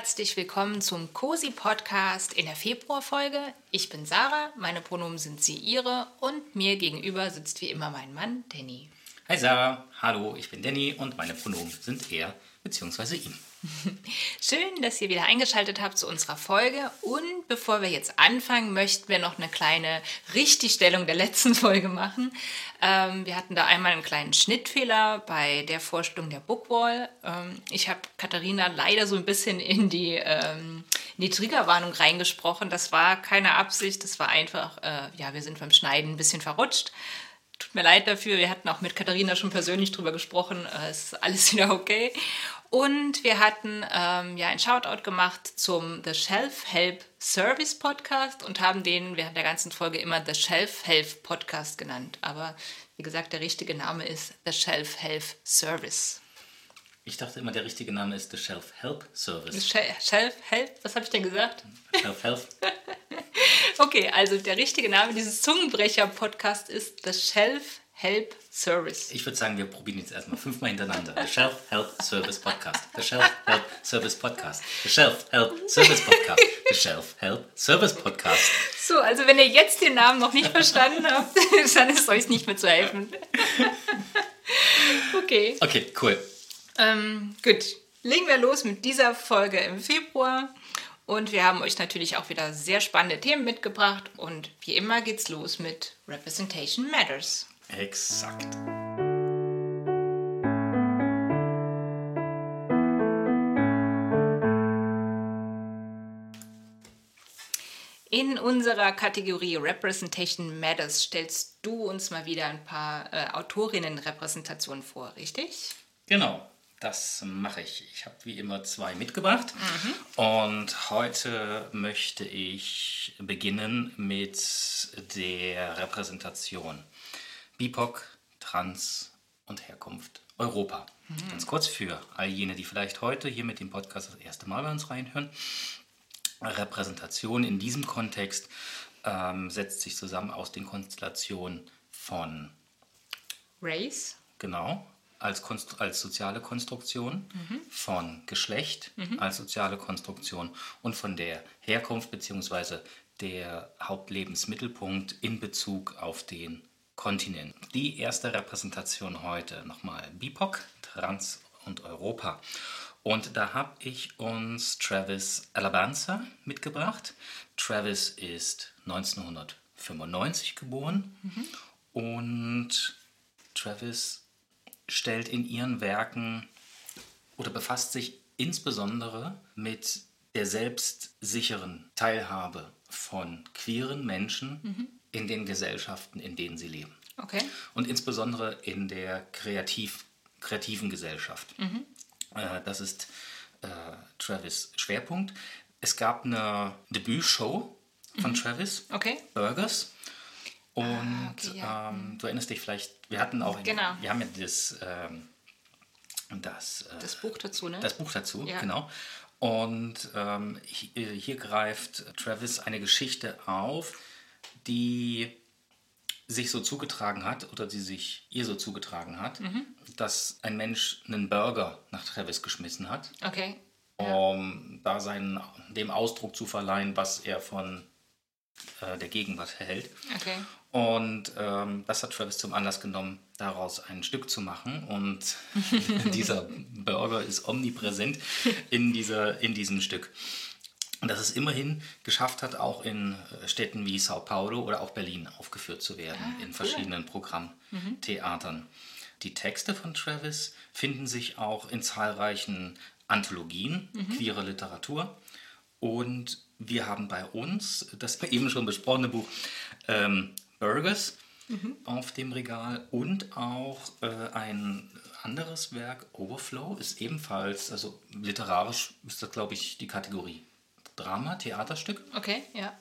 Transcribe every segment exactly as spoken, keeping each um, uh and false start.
herzlich willkommen zum Cozy Podcast in der Februarfolge. Ich bin Sarah, meine Pronomen sind sie, ihre und mir gegenüber sitzt wie immer mein Mann Danny. Hi Sarah, hallo, ich bin Danny und meine Pronomen sind er bzw. ihm. Schön, dass ihr wieder eingeschaltet habt zu unserer Folge. Und bevor wir jetzt anfangen, möchten wir noch eine kleine Richtigstellung der letzten Folge machen. Ähm, wir hatten da einmal einen kleinen Schnittfehler bei der Vorstellung der Bookwall. Ähm, ich habe Katharina leider so ein bisschen in die, ähm, in die Triggerwarnung reingesprochen. Das war keine Absicht, das war einfach, äh, ja, wir sind beim Schneiden ein bisschen verrutscht. Tut mir leid dafür, wir hatten auch mit Katharina schon persönlich drüber gesprochen. Es äh, ist alles wieder okay. Und wir hatten ähm, ja ein Shoutout gemacht zum The Shelf Help Service Podcast und haben den während der ganzen Folge immer The Shelf Help Podcast genannt. Aber wie gesagt, der richtige Name ist The Shelf Help Service. Ich dachte immer, der richtige Name ist The Shelf Help Service. The Shel- Shelf Help? Was habe ich denn gesagt? Shelf Help. Okay, also der richtige Name dieses Zungenbrecher-Podcasts ist The Shelf Help Service. Ich würde sagen, wir probieren jetzt erstmal fünfmal hintereinander. The Shelf Help Service Podcast. The Shelf Help Service Podcast. The Shelf Help Service Podcast. The Shelf Help Service Podcast. So, also wenn ihr jetzt den Namen noch nicht verstanden habt, dann ist euch nicht mehr zu helfen. Okay. Okay, cool. Ähm, gut, legen wir los mit dieser Folge im Februar. Und wir haben euch natürlich auch wieder sehr spannende Themen mitgebracht. Und wie immer geht's los mit Representation Matters. Exakt. In unserer Kategorie Representation Matters stellst du uns mal wieder ein paar äh, Autorinnenrepräsentationen vor, richtig? Genau, das mache ich. Ich habe wie immer zwei mitgebracht. Mhm. Und heute möchte ich beginnen mit der Repräsentation B I P O C, Trans und Herkunft Europa. Mhm. Ganz kurz für all jene, die vielleicht heute hier mit dem Podcast das erste Mal bei uns reinhören. Repräsentation in diesem Kontext ähm, setzt sich zusammen aus den Konstellationen von Race. Genau, als, Konstru- als soziale Konstruktion, mhm. von Geschlecht mhm. als soziale Konstruktion und von der Herkunft bzw. der Hauptlebensmittelpunkt in Bezug auf den Kontinent. Die erste Repräsentation heute nochmal B I P O C, Trans und Europa. Und da habe ich uns Travis Alabanza mitgebracht. Travis ist neunzehnhundertfünfundneunzig geboren mhm. und Travis stellt in ihren Werken oder befasst sich insbesondere mit der selbstsicheren Teilhabe von queeren Menschen mhm. in den Gesellschaften, in denen sie leben. Okay. Und insbesondere in der kreativ, kreativen Gesellschaft. Mhm. Äh, das ist äh, Travis' Schwerpunkt. Es gab eine Debütshow von mhm. Travis, okay. Burgers. Und ah, okay, ja. ähm, du erinnerst dich vielleicht, wir hatten auch, genau. wir haben ja das, ähm, das, äh, das Buch dazu, ne? Das Buch dazu, ja. genau. Und ähm, hier, hier greift Travis eine Geschichte auf, die sich so zugetragen hat oder die sich ihr so zugetragen hat, mhm. dass ein Mensch einen Burger nach Travis geschmissen hat, okay. um ja. da seinen, dem Ausdruck zu verleihen, was er von äh, der Gegenwart hält. Okay. Und ähm, das hat Travis zum Anlass genommen, daraus ein Stück zu machen. Und dieser Burger ist omnipräsent in, dieser, in diesem Stück. Und dass es immerhin geschafft hat, auch in Städten wie Sao Paulo oder auch Berlin aufgeführt zu werden, ah, in cool. verschiedenen Programmtheatern. Mhm. Die Texte von Travis finden sich auch in zahlreichen Anthologien, mhm. queere Literatur. Und wir haben bei uns das eben schon besprochene Buch ähm, Burgers mhm. auf dem Regal und auch äh, ein anderes Werk, Overflow, ist ebenfalls, also literarisch ist das, glaube ich, die Kategorie Drama, Theaterstück. Okay, ja.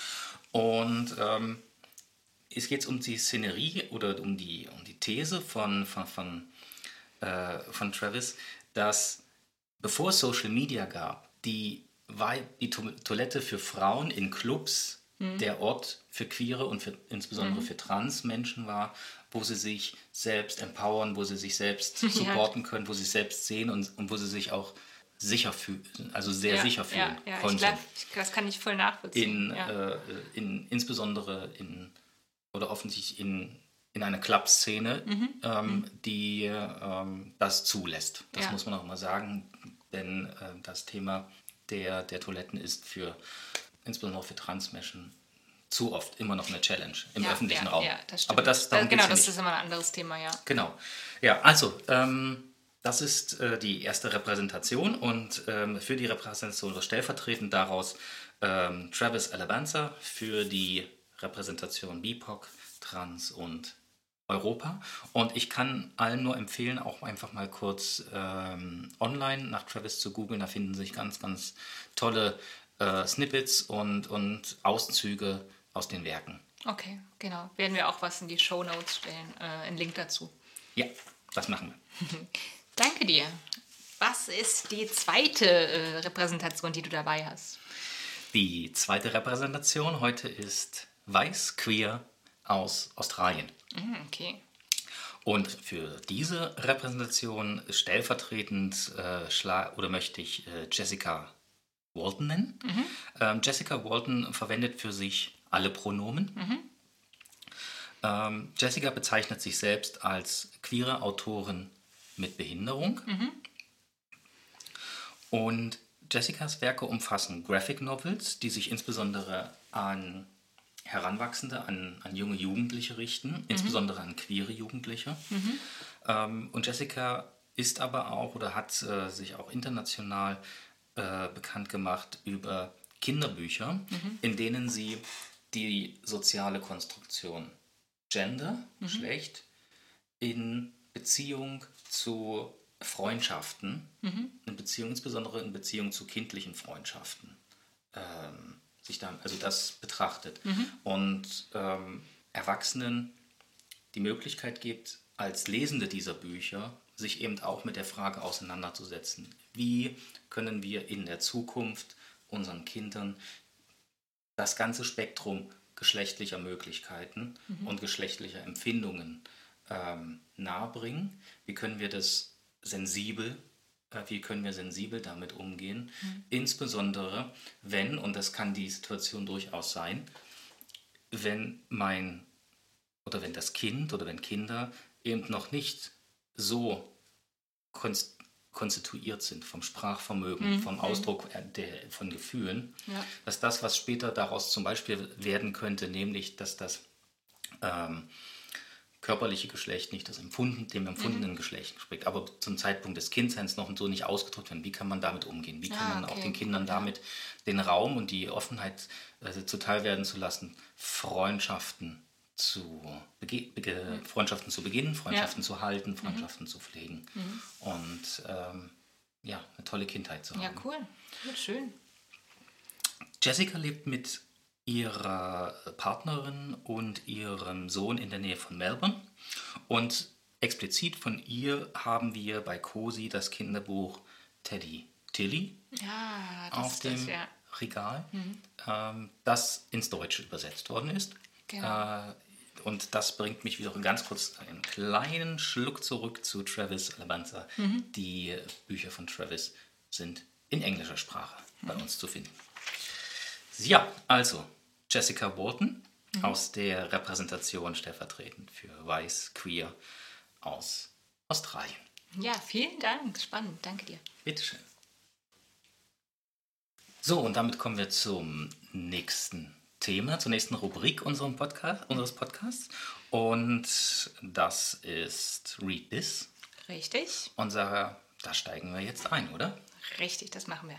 Und ähm, es geht um die Szenerie oder um die, um die These von, von, von, äh, von Travis, dass bevor es Social Media gab, die, die to- Toilette für Frauen in Clubs mhm. der Ort für queere und für, insbesondere mhm. für Trans-Menschen war, wo sie sich selbst empowern, wo sie sich selbst supporten können, wo sie sich selbst sehen und, und wo sie sich auch sicher fühlen, also sehr ja, sicher fühlen ja, ja, konnten. Ich glaub, ich, das kann ich voll nachvollziehen. In, ja. äh, in, insbesondere in, oder offensichtlich in, in einer Clubszene, mhm. ähm, mhm. die ähm, das zulässt. Das ja. muss man auch mal sagen, denn äh, das Thema der, der Toiletten ist für, insbesondere für Transmenschen, zu oft immer noch eine Challenge im ja, öffentlichen ja, Raum. Ja, das stimmt. Aber das, darum genau, geht's das nicht. ist immer ein anderes Thema, ja. Genau. Ja, also, ähm, das ist äh, die erste Repräsentation und ähm, für die Repräsentation oder stellvertretend daraus ähm, Travis Alabanza für die Repräsentation B I P O C, Trans und Europa. Und ich kann allen nur empfehlen, auch einfach mal kurz ähm, online nach Travis zu googeln. Da finden sich ganz, ganz tolle äh, Snippets und, und Auszüge aus den Werken. Okay, genau. Werden wir auch was in die Shownotes stellen, äh, einen Link dazu. Ja, das machen wir. Danke dir. Was ist die zweite äh, Repräsentation, die du dabei hast? Die zweite Repräsentation heute ist Weiß Queer aus Australien. Mm, okay. Und für diese Repräsentation stellvertretend äh, schla- oder möchte ich äh, Jessica Walton nennen. Mhm. Ähm, Jessica Walton verwendet für sich alle Pronomen. Mhm. Ähm, Jessica bezeichnet sich selbst als queere Autorin mit Behinderung. Mhm. Und Jessicas Werke umfassen Graphic Novels, die sich insbesondere an Heranwachsende, an, an junge Jugendliche richten, mhm. insbesondere an queere Jugendliche. Mhm. Ähm, und Jessica ist aber auch oder hat äh, sich auch international äh, bekannt gemacht über Kinderbücher, mhm. in denen sie die soziale Konstruktion Gender, mhm. Geschlecht, in Beziehung zu Freundschaften, mhm. in Beziehung, insbesondere in Beziehung zu kindlichen Freundschaften, ähm, sich dann, also das betrachtet mhm. und ähm, Erwachsenen die Möglichkeit gibt, als Lesende dieser Bücher sich eben auch mit der Frage auseinanderzusetzen, wie können wir in der Zukunft unseren Kindern das ganze Spektrum geschlechtlicher Möglichkeiten mhm. und geschlechtlicher Empfindungen ähm, nahebringen, wie können wir das sensibel Wie können wir sensibel damit umgehen? Mhm. Insbesondere, wenn, und das kann die Situation durchaus sein, wenn mein oder wenn das Kind oder wenn Kinder eben noch nicht so konst- konstituiert sind vom Sprachvermögen, mhm. vom Ausdruck der, von Gefühlen, ja. dass das, was später daraus zum Beispiel werden könnte, nämlich, dass das ähm, körperliche Geschlecht nicht das Empfunden, dem empfundenen mhm. Geschlecht entspricht, aber zum Zeitpunkt des Kindseins noch so nicht ausgedrückt werden. Wie kann man damit umgehen? Wie kann ah, man okay. auch den Kindern ja. damit den Raum und die Offenheit äh, zuteil werden zu lassen, Freundschaften zu, bege- bege- Freundschaften zu beginnen, Freundschaften ja. zu halten, Freundschaften mhm. zu pflegen mhm. und ähm, ja, eine tolle Kindheit zu haben. Ja, cool. cool. Schön. Jessica lebt mit ihrer Partnerin und ihrem Sohn in der Nähe von Melbourne. Und explizit von ihr haben wir bei COSI das Kinderbuch Teddy Tilly ja, das auf dem das, ja. Regal, mhm. ähm, das ins Deutsche übersetzt worden ist. Genau. Äh, und das bringt mich wieder ganz kurz einen kleinen Schluck zurück zu Travis Alabanza. Mhm. Die Bücher von Travis sind in englischer Sprache mhm. bei uns zu finden. Ja, also Jessica Walton mhm. aus der Repräsentation stellvertretend für Weiß Queer aus Australien. Ja, vielen Dank. Spannend. Danke dir. Bitteschön. So, und damit kommen wir zum nächsten Thema, zur nächsten Rubrik unserem Podcast, unseres Podcasts. Und das ist Read This. Richtig. Und Sarah, da steigen wir jetzt ein, oder? Richtig, das machen wir.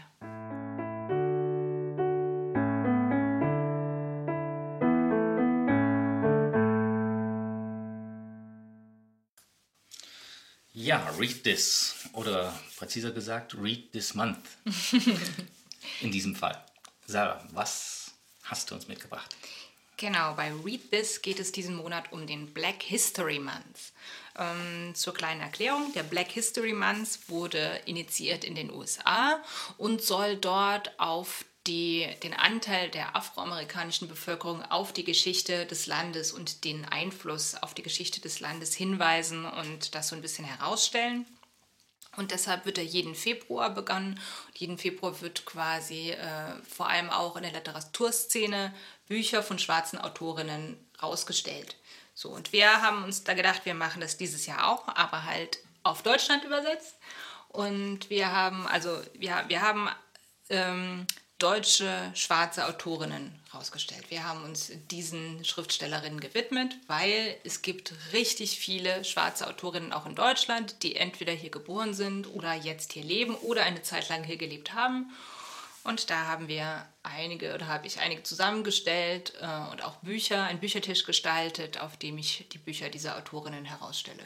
Ja, Read This oder präziser gesagt Read This Month in diesem Fall. Sarah, was hast du uns mitgebracht? Genau, bei Read This geht es diesen Monat um den Black History Month. Ähm, zur kleinen Erklärung, der Black History Month wurde initiiert in den U S A und soll dort auf die, den Anteil der afroamerikanischen Bevölkerung auf die Geschichte des Landes und den Einfluss auf die Geschichte des Landes hinweisen und das so ein bisschen herausstellen. Und deshalb wird er jeden Februar begonnen. Und jeden Februar wird quasi äh, vor allem auch in der Literaturszene Bücher von schwarzen Autorinnen rausgestellt. So, und wir haben uns da gedacht, wir machen das dieses Jahr auch, aber halt auf Deutschland übersetzt. Und wir haben, also wir, wir haben ähm, deutsche schwarze Autorinnen rausgestellt. Wir haben uns diesen Schriftstellerinnen gewidmet, weil es gibt richtig viele schwarze Autorinnen auch in Deutschland, die entweder hier geboren sind oder jetzt hier leben oder eine Zeit lang hier gelebt haben. Und da haben wir einige, oder habe ich einige zusammengestellt äh, und auch Bücher, einen Büchertisch gestaltet, auf dem ich die Bücher dieser Autorinnen herausstelle.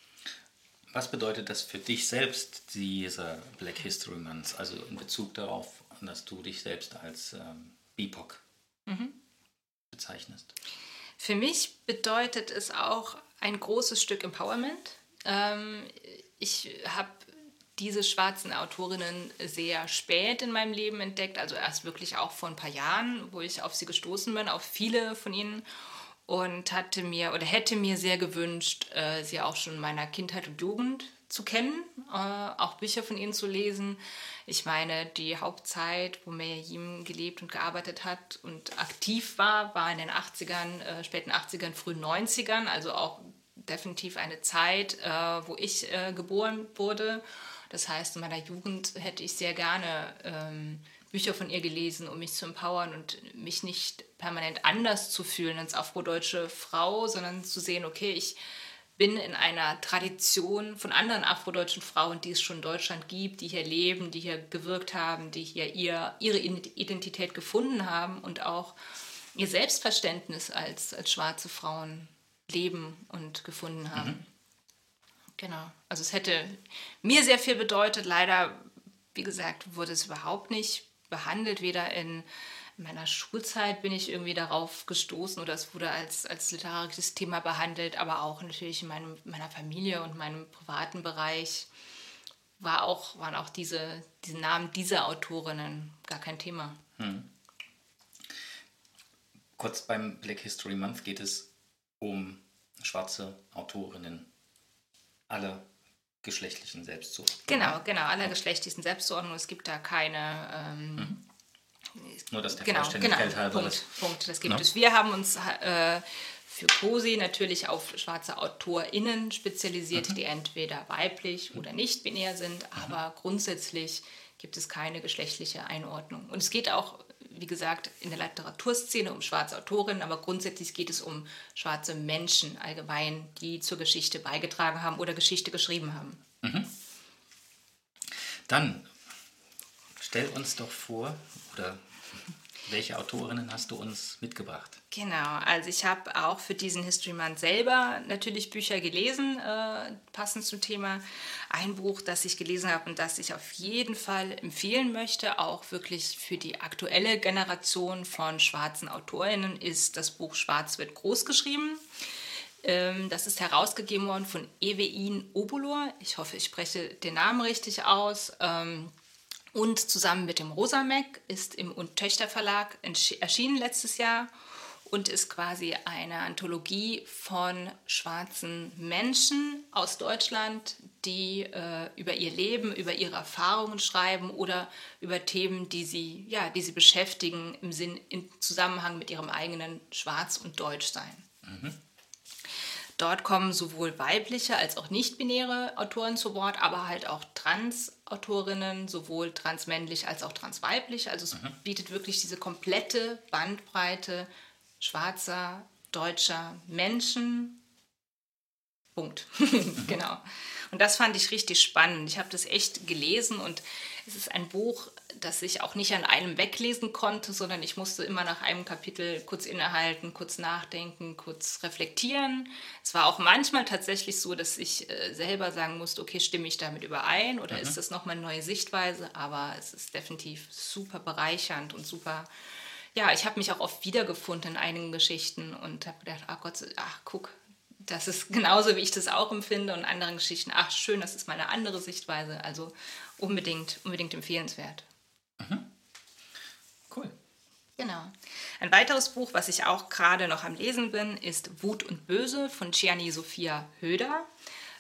Was bedeutet das für dich selbst, dieser Black History Month, also in Bezug darauf, dass du dich selbst als ähm, B I P O C mhm. bezeichnest? Für mich bedeutet es auch ein großes Stück Empowerment. Ähm, ich habe diese schwarzen Autorinnen sehr spät in meinem Leben entdeckt, also erst wirklich auch vor ein paar Jahren, wo ich auf sie gestoßen bin, auf viele von ihnen. Und hatte mir oder hätte mir sehr gewünscht, äh, sie auch schon in meiner Kindheit und Jugend zu kennen, äh, auch Bücher von ihnen zu lesen. Ich meine, die Hauptzeit, wo Mayim gelebt und gearbeitet hat und aktiv war, war in den achtzigern, äh, späten achtzigern, frühen neunzigern, also auch definitiv eine Zeit, äh, wo ich äh, geboren wurde. Das heißt, in meiner Jugend hätte ich sehr gerne ähm, Bücher von ihr gelesen, um mich zu empowern und mich nicht permanent anders zu fühlen als afrodeutsche Frau, sondern zu sehen, okay, ich bin in einer Tradition von anderen afrodeutschen Frauen, die es schon in Deutschland gibt, die hier leben, die hier gewirkt haben, die hier ihr, ihre Identität gefunden haben und auch ihr Selbstverständnis als, als schwarze Frauen leben und gefunden haben. Mhm. Genau, also es hätte mir sehr viel bedeutet. Leider, wie gesagt, wurde es überhaupt nicht behandelt. Weder in meiner Schulzeit bin ich irgendwie darauf gestoßen oder es wurde als, als literarisches Thema behandelt, aber auch natürlich in meinem, meiner Familie und meinem privaten Bereich war auch, waren auch diese, diese Namen dieser Autorinnen gar kein Thema. Hm. Kurz beim Black History Month geht es um schwarze Autorinnen aller geschlechtlichen Selbstzuordnung. Genau, genau, aller geschlechtlichen Selbstzuordnung. Es gibt da keine... Ähm, mhm. Nur, dass der genau, Vollständigkeit genau, halber Punkt, ist. Punkt, das gibt no? es. Wir haben uns äh, für COSI natürlich auf schwarze AutorInnen spezialisiert, mhm. die entweder weiblich oder nicht binär sind, mhm. aber grundsätzlich gibt es keine geschlechtliche Einordnung. Und es geht auch, wie gesagt, in der Literaturszene um schwarze Autorinnen, aber grundsätzlich geht es um schwarze Menschen allgemein, die zur Geschichte beigetragen haben oder Geschichte geschrieben haben. Mhm. Dann stell uns doch vor, oder welche Autorinnen hast du uns mitgebracht? Genau, also ich habe auch für diesen History Month selber natürlich Bücher gelesen, äh, passend zum Thema. Ein Buch, das ich gelesen habe und das ich auf jeden Fall empfehlen möchte, auch wirklich für die aktuelle Generation von schwarzen AutorInnen, ist das Buch Schwarz wird groß geschrieben. Ähm, das ist herausgegeben worden von Evein Obolor. Ich hoffe, ich spreche den Namen richtig aus. Ähm, Und zusammen mit dem Rosamek ist im Und Töchter Verlag erschienen letztes Jahr und ist quasi eine Anthologie von schwarzen Menschen aus Deutschland, die äh, über ihr Leben, über ihre Erfahrungen schreiben oder über Themen, die sie, ja, die sie beschäftigen im Sinn, im Zusammenhang mit ihrem eigenen Schwarz- und Deutschsein. Mhm. Dort kommen sowohl weibliche als auch nicht-binäre Autoren zu Wort, aber halt auch Trans-Autorinnen, sowohl transmännlich als auch transweiblich. Also es mhm. bietet wirklich diese komplette Bandbreite schwarzer, deutscher Menschen. Punkt. Genau. Und das fand ich richtig spannend. Ich habe das echt gelesen und es ist ein Buch, das ich auch nicht an einem weglesen konnte, sondern ich musste immer nach einem Kapitel kurz innehalten, kurz nachdenken, kurz reflektieren. Es war auch manchmal tatsächlich so, dass ich äh, selber sagen musste, okay, stimme ich damit überein oder mhm. ist das nochmal eine neue Sichtweise? Aber es ist definitiv super bereichernd und super... Ja, ich habe mich auch oft wiedergefunden in einigen Geschichten und habe gedacht, ach Gott, ach guck, das ist genauso, wie ich das auch empfinde und in anderen Geschichten, ach schön, das ist mal eine andere Sichtweise. Also unbedingt, unbedingt empfehlenswert. Mhm. Cool. Genau. Ein weiteres Buch, was ich auch gerade noch am Lesen bin, ist Wut und Böse von Gianni Sophia Höder.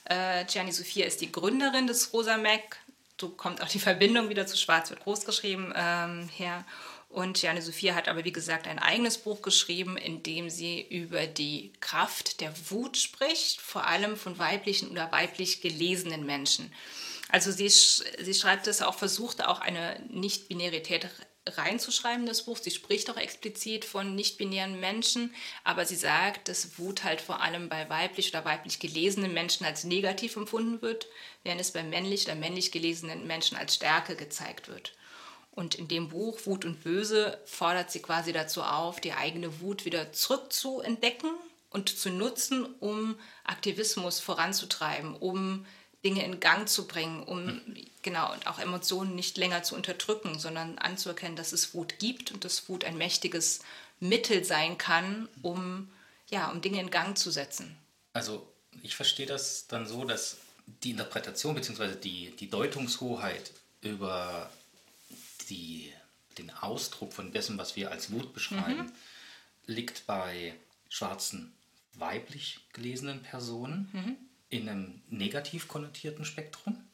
Äh, Gianni Sophia ist die Gründerin des Rosa Mac. So kommt auch die Verbindung wieder zu Schwarz wird groß geschrieben ähm, her. Und Gianni Sophia hat aber, wie gesagt, ein eigenes Buch geschrieben, in dem sie über die Kraft der Wut spricht, vor allem von weiblichen oder weiblich gelesenen Menschen. Also sie, sie schreibt es auch, versuchte auch eine Nicht-Binarität reinzuschreiben, das Buch. Sie spricht auch explizit von nicht-binären Menschen, aber sie sagt, dass Wut halt vor allem bei weiblich oder weiblich gelesenen Menschen als negativ empfunden wird, während es bei männlich oder männlich gelesenen Menschen als Stärke gezeigt wird. Und in dem Buch Wut und Böse fordert sie quasi dazu auf, die eigene Wut wieder zurückzuentdecken und zu nutzen, um Aktivismus voranzutreiben, um Dinge in Gang zu bringen, um genau und auch Emotionen nicht länger zu unterdrücken, sondern anzuerkennen, dass es Wut gibt und dass Wut ein mächtiges Mittel sein kann, um, ja, um Dinge in Gang zu setzen. Also ich verstehe das dann so, dass die Interpretation bzw. die, die Deutungshoheit über die, den Ausdruck von dessen, was wir als Wut beschreiben, mhm. liegt bei schwarzen, weiblich gelesenen Personen, mhm. in einem negativ konnotierten Spektrum,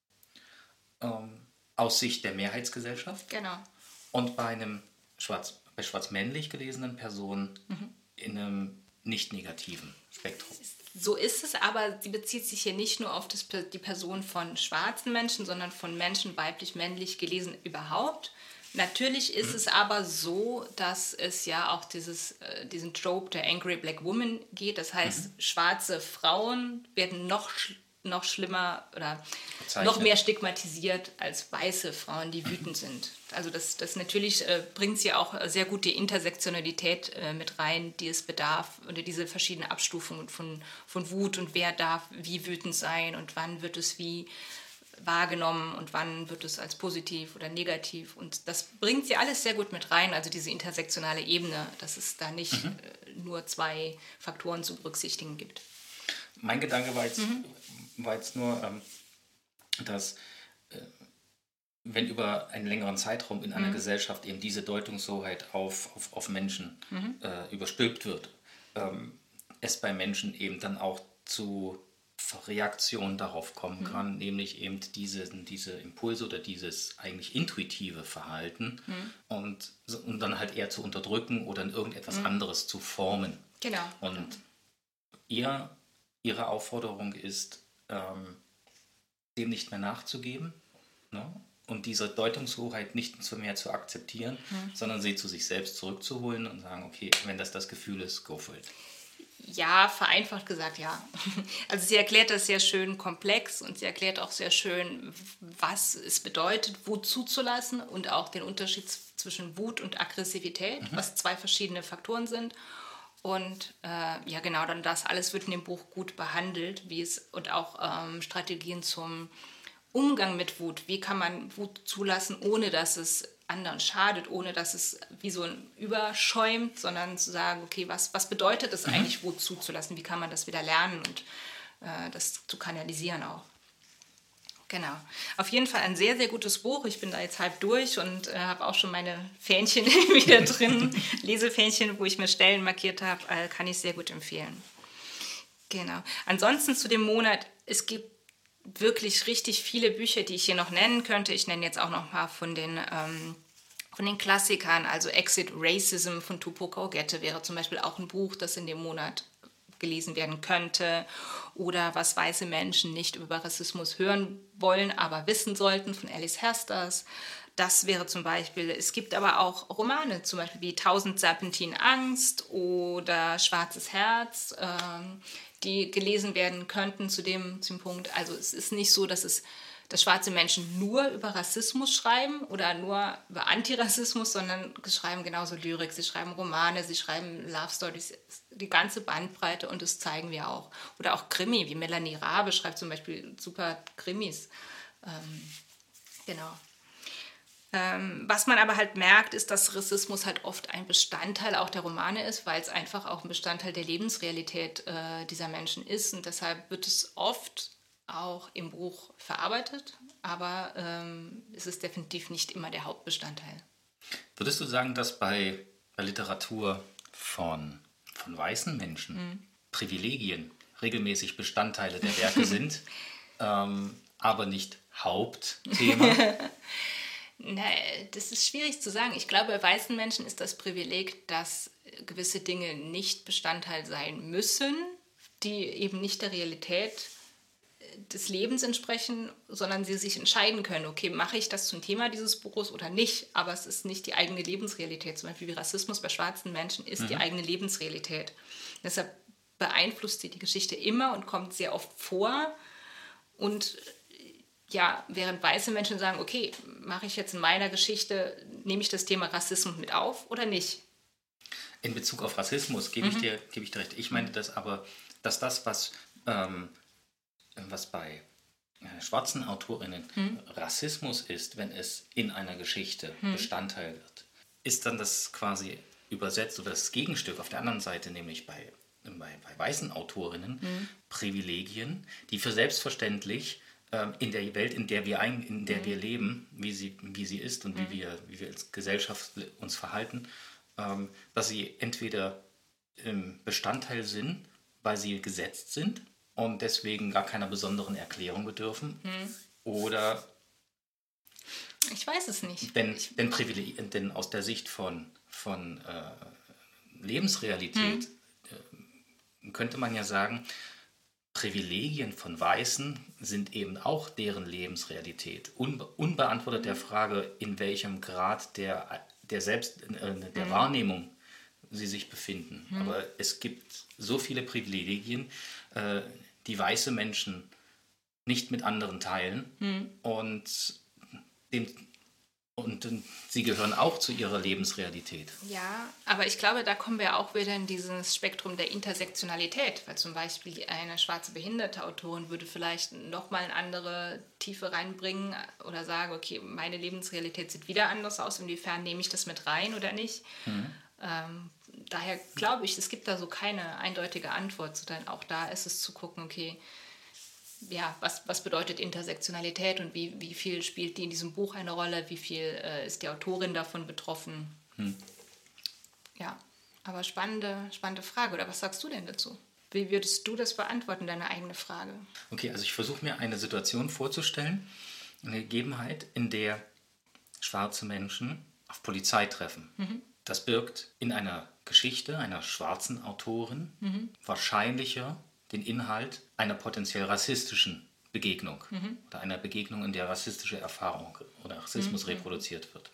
ähm, aus Sicht der Mehrheitsgesellschaft. Genau. Und bei einem schwarz, bei schwarz-männlich gelesenen Personen mhm. in einem nicht negativen Spektrum. So ist es, aber sie bezieht sich hier nicht nur auf das, die Person von schwarzen Menschen, sondern von Menschen weiblich-männlich gelesen überhaupt. Natürlich ist mhm. es aber so, dass es ja auch dieses, äh, diesen Trope der Angry Black Woman geht. Das heißt, mhm. schwarze Frauen werden noch, sch- noch schlimmer oder Bezeichnet. noch mehr stigmatisiert als weiße Frauen, die wütend sind. Also das, das natürlich äh, bringt sie auch sehr gut die Intersektionalität äh, mit rein, die es bedarf, oder diese verschiedenen Abstufungen von, von Wut und wer darf wie wütend sein und wann wird es wie wahrgenommen und wann wird es als positiv oder negativ. Und das bringt sie alles sehr gut mit rein, also diese intersektionale Ebene, dass es da nicht mhm. äh, nur zwei Faktoren zu berücksichtigen gibt. Mein Gedanke war jetzt, mhm. war jetzt nur, ähm, dass äh, wenn über einen längeren Zeitraum in einer mhm. Gesellschaft eben diese Deutungshoheit auf, auf, auf Menschen mhm. äh, überstülpt wird, ähm, es bei Menschen eben dann auch zu Reaktion darauf kommen kann, mhm. nämlich eben diese, diese Impulse oder dieses eigentlich intuitive Verhalten mhm. und, und dann halt eher zu unterdrücken oder in irgendetwas mhm. anderes zu formen. Genau. Und ihr, ihre Aufforderung ist, ähm, dem nicht mehr nachzugeben, ne? Und diese Deutungshoheit nicht mehr zu akzeptieren, mhm. sondern sie zu sich selbst zurückzuholen und sagen, okay, wenn das das Gefühl ist, go for it. Ja, vereinfacht gesagt, ja. Also sie erklärt das sehr schön komplex und sie erklärt auch sehr schön, was es bedeutet, Wut zuzulassen und auch den Unterschied zwischen Wut und Aggressivität, mhm. was zwei verschiedene Faktoren sind. Und äh, ja, genau, dann das alles wird in dem Buch gut behandelt, wie es und auch ähm, Strategien zum Umgang mit Wut. Wie kann man Wut zulassen, ohne dass es anderen schadet, ohne dass es wie so ein überschäumt, sondern zu sagen, okay, was, was bedeutet es eigentlich, Wut zuzulassen? Wie kann man das wieder lernen und äh, das zu kanalisieren auch? Genau. Auf jeden Fall ein sehr, sehr gutes Buch. Ich bin da jetzt halb durch und äh, habe auch schon meine Fähnchen wieder drin, Lesefähnchen, wo ich mir Stellen markiert habe, äh, kann ich sehr gut empfehlen. Genau. Ansonsten zu dem Monat, es gibt wirklich richtig viele Bücher, die ich hier noch nennen könnte. Ich nenne jetzt auch noch mal von den, ähm, von den Klassikern, also Exit Racism von Tupoka Ogette wäre zum Beispiel auch ein Buch, das in dem Monat gelesen werden könnte. Oder Was weiße Menschen nicht über Rassismus hören wollen, aber wissen sollten von Alice Hasters. Das wäre zum Beispiel, es gibt aber auch Romane, zum Beispiel wie Tausend Serpentinen Angst oder Schwarzes Herz, ähm, die gelesen werden könnten zu dem, zu dem Punkt. Also es ist nicht so, dass, es, dass schwarze Menschen nur über Rassismus schreiben oder nur über Antirassismus, sondern sie schreiben genauso Lyrik, sie schreiben Romane, sie schreiben Love Stories, die ganze Bandbreite und das zeigen wir auch. Oder auch Krimi, wie Melanie Rabe schreibt zum Beispiel super Krimis. Ähm, genau. Was man aber halt merkt, ist, dass Rassismus halt oft ein Bestandteil auch der Romane ist, weil es einfach auch ein Bestandteil der Lebensrealität äh, dieser Menschen ist. Und deshalb wird es oft auch im Buch verarbeitet, aber ähm, es ist definitiv nicht immer der Hauptbestandteil. Würdest du sagen, dass bei, bei Literatur von, von weißen Menschen mhm. Privilegien regelmäßig Bestandteile der Werke sind, ähm, aber nicht Hauptthema? Na, das ist schwierig zu sagen. Ich glaube, bei weißen Menschen ist das Privileg, dass gewisse Dinge nicht Bestandteil sein müssen, die eben nicht der Realität des Lebens entsprechen, sondern sie sich entscheiden können, okay, mache ich das zum Thema dieses Buches oder nicht, aber es ist nicht die eigene Lebensrealität. Zum Beispiel wie Rassismus bei schwarzen Menschen ist mhm. die eigene Lebensrealität. Deshalb beeinflusst sie die Geschichte immer und kommt sehr oft vor. Und ja, während weiße Menschen sagen, okay, mache ich jetzt in meiner Geschichte, nehme ich das Thema Rassismus mit auf oder nicht? In Bezug auf Rassismus gebe, mhm. ich, dir, gebe ich dir recht. Ich meine das aber, dass das, was, ähm, was bei äh, schwarzen AutorInnen mhm. Rassismus ist, wenn es in einer Geschichte mhm. Bestandteil wird, ist dann das quasi übersetzt oder das Gegenstück auf der anderen Seite, nämlich bei Bei, bei weißen Autorinnen mhm. Privilegien, die für selbstverständlich ähm, in der Welt, in der wir, ein, in der mhm. wir leben, wie sie, wie sie ist und mhm. wie, wir, wie wir als Gesellschaft uns verhalten, ähm, dass sie entweder ähm, Bestandteil sind, weil sie gesetzt sind und deswegen gar keiner besonderen Erklärung bedürfen, mhm. oder ich weiß es nicht. Denn, denn, Privileg, denn aus der Sicht von, von äh, Lebensrealität mhm. könnte man ja sagen, Privilegien von Weißen sind eben auch deren Lebensrealität. Unbe- unbeantwortet der Frage, in welchem Grad der, der, Selbst, äh, der mhm. Wahrnehmung sie sich befinden. Mhm. Aber es gibt so viele Privilegien, äh, die weiße Menschen nicht mit anderen teilen. Mhm. Und dem Und sie gehören auch zu ihrer Lebensrealität. Ja, aber ich glaube, da kommen wir auch wieder in dieses Spektrum der Intersektionalität. Weil zum Beispiel eine schwarze behinderte Autorin würde vielleicht nochmal eine andere Tiefe reinbringen oder sagen, okay, meine Lebensrealität sieht wieder anders aus. Inwiefern nehme ich das mit rein oder nicht? Mhm. Ähm, daher glaube ich, es gibt da so keine eindeutige Antwort. Sondern auch da ist es zu gucken, okay, ja, was, was bedeutet Intersektionalität und wie, wie viel spielt die in diesem Buch eine Rolle, wie viel äh, ist die Autorin davon betroffen. Hm. Ja, aber spannende, spannende Frage. Oder was sagst du denn dazu? Wie würdest du das beantworten, deine eigene Frage? Okay, also ich versuche mir eine Situation vorzustellen, eine Gegebenheit, in der schwarze Menschen auf Polizei treffen. Mhm. Das birgt in einer Geschichte einer schwarzen Autorin mhm. wahrscheinlicher den Inhalt einer potenziell rassistischen Begegnung mhm. oder einer Begegnung, in der rassistische Erfahrung oder Rassismus mhm. reproduziert wird.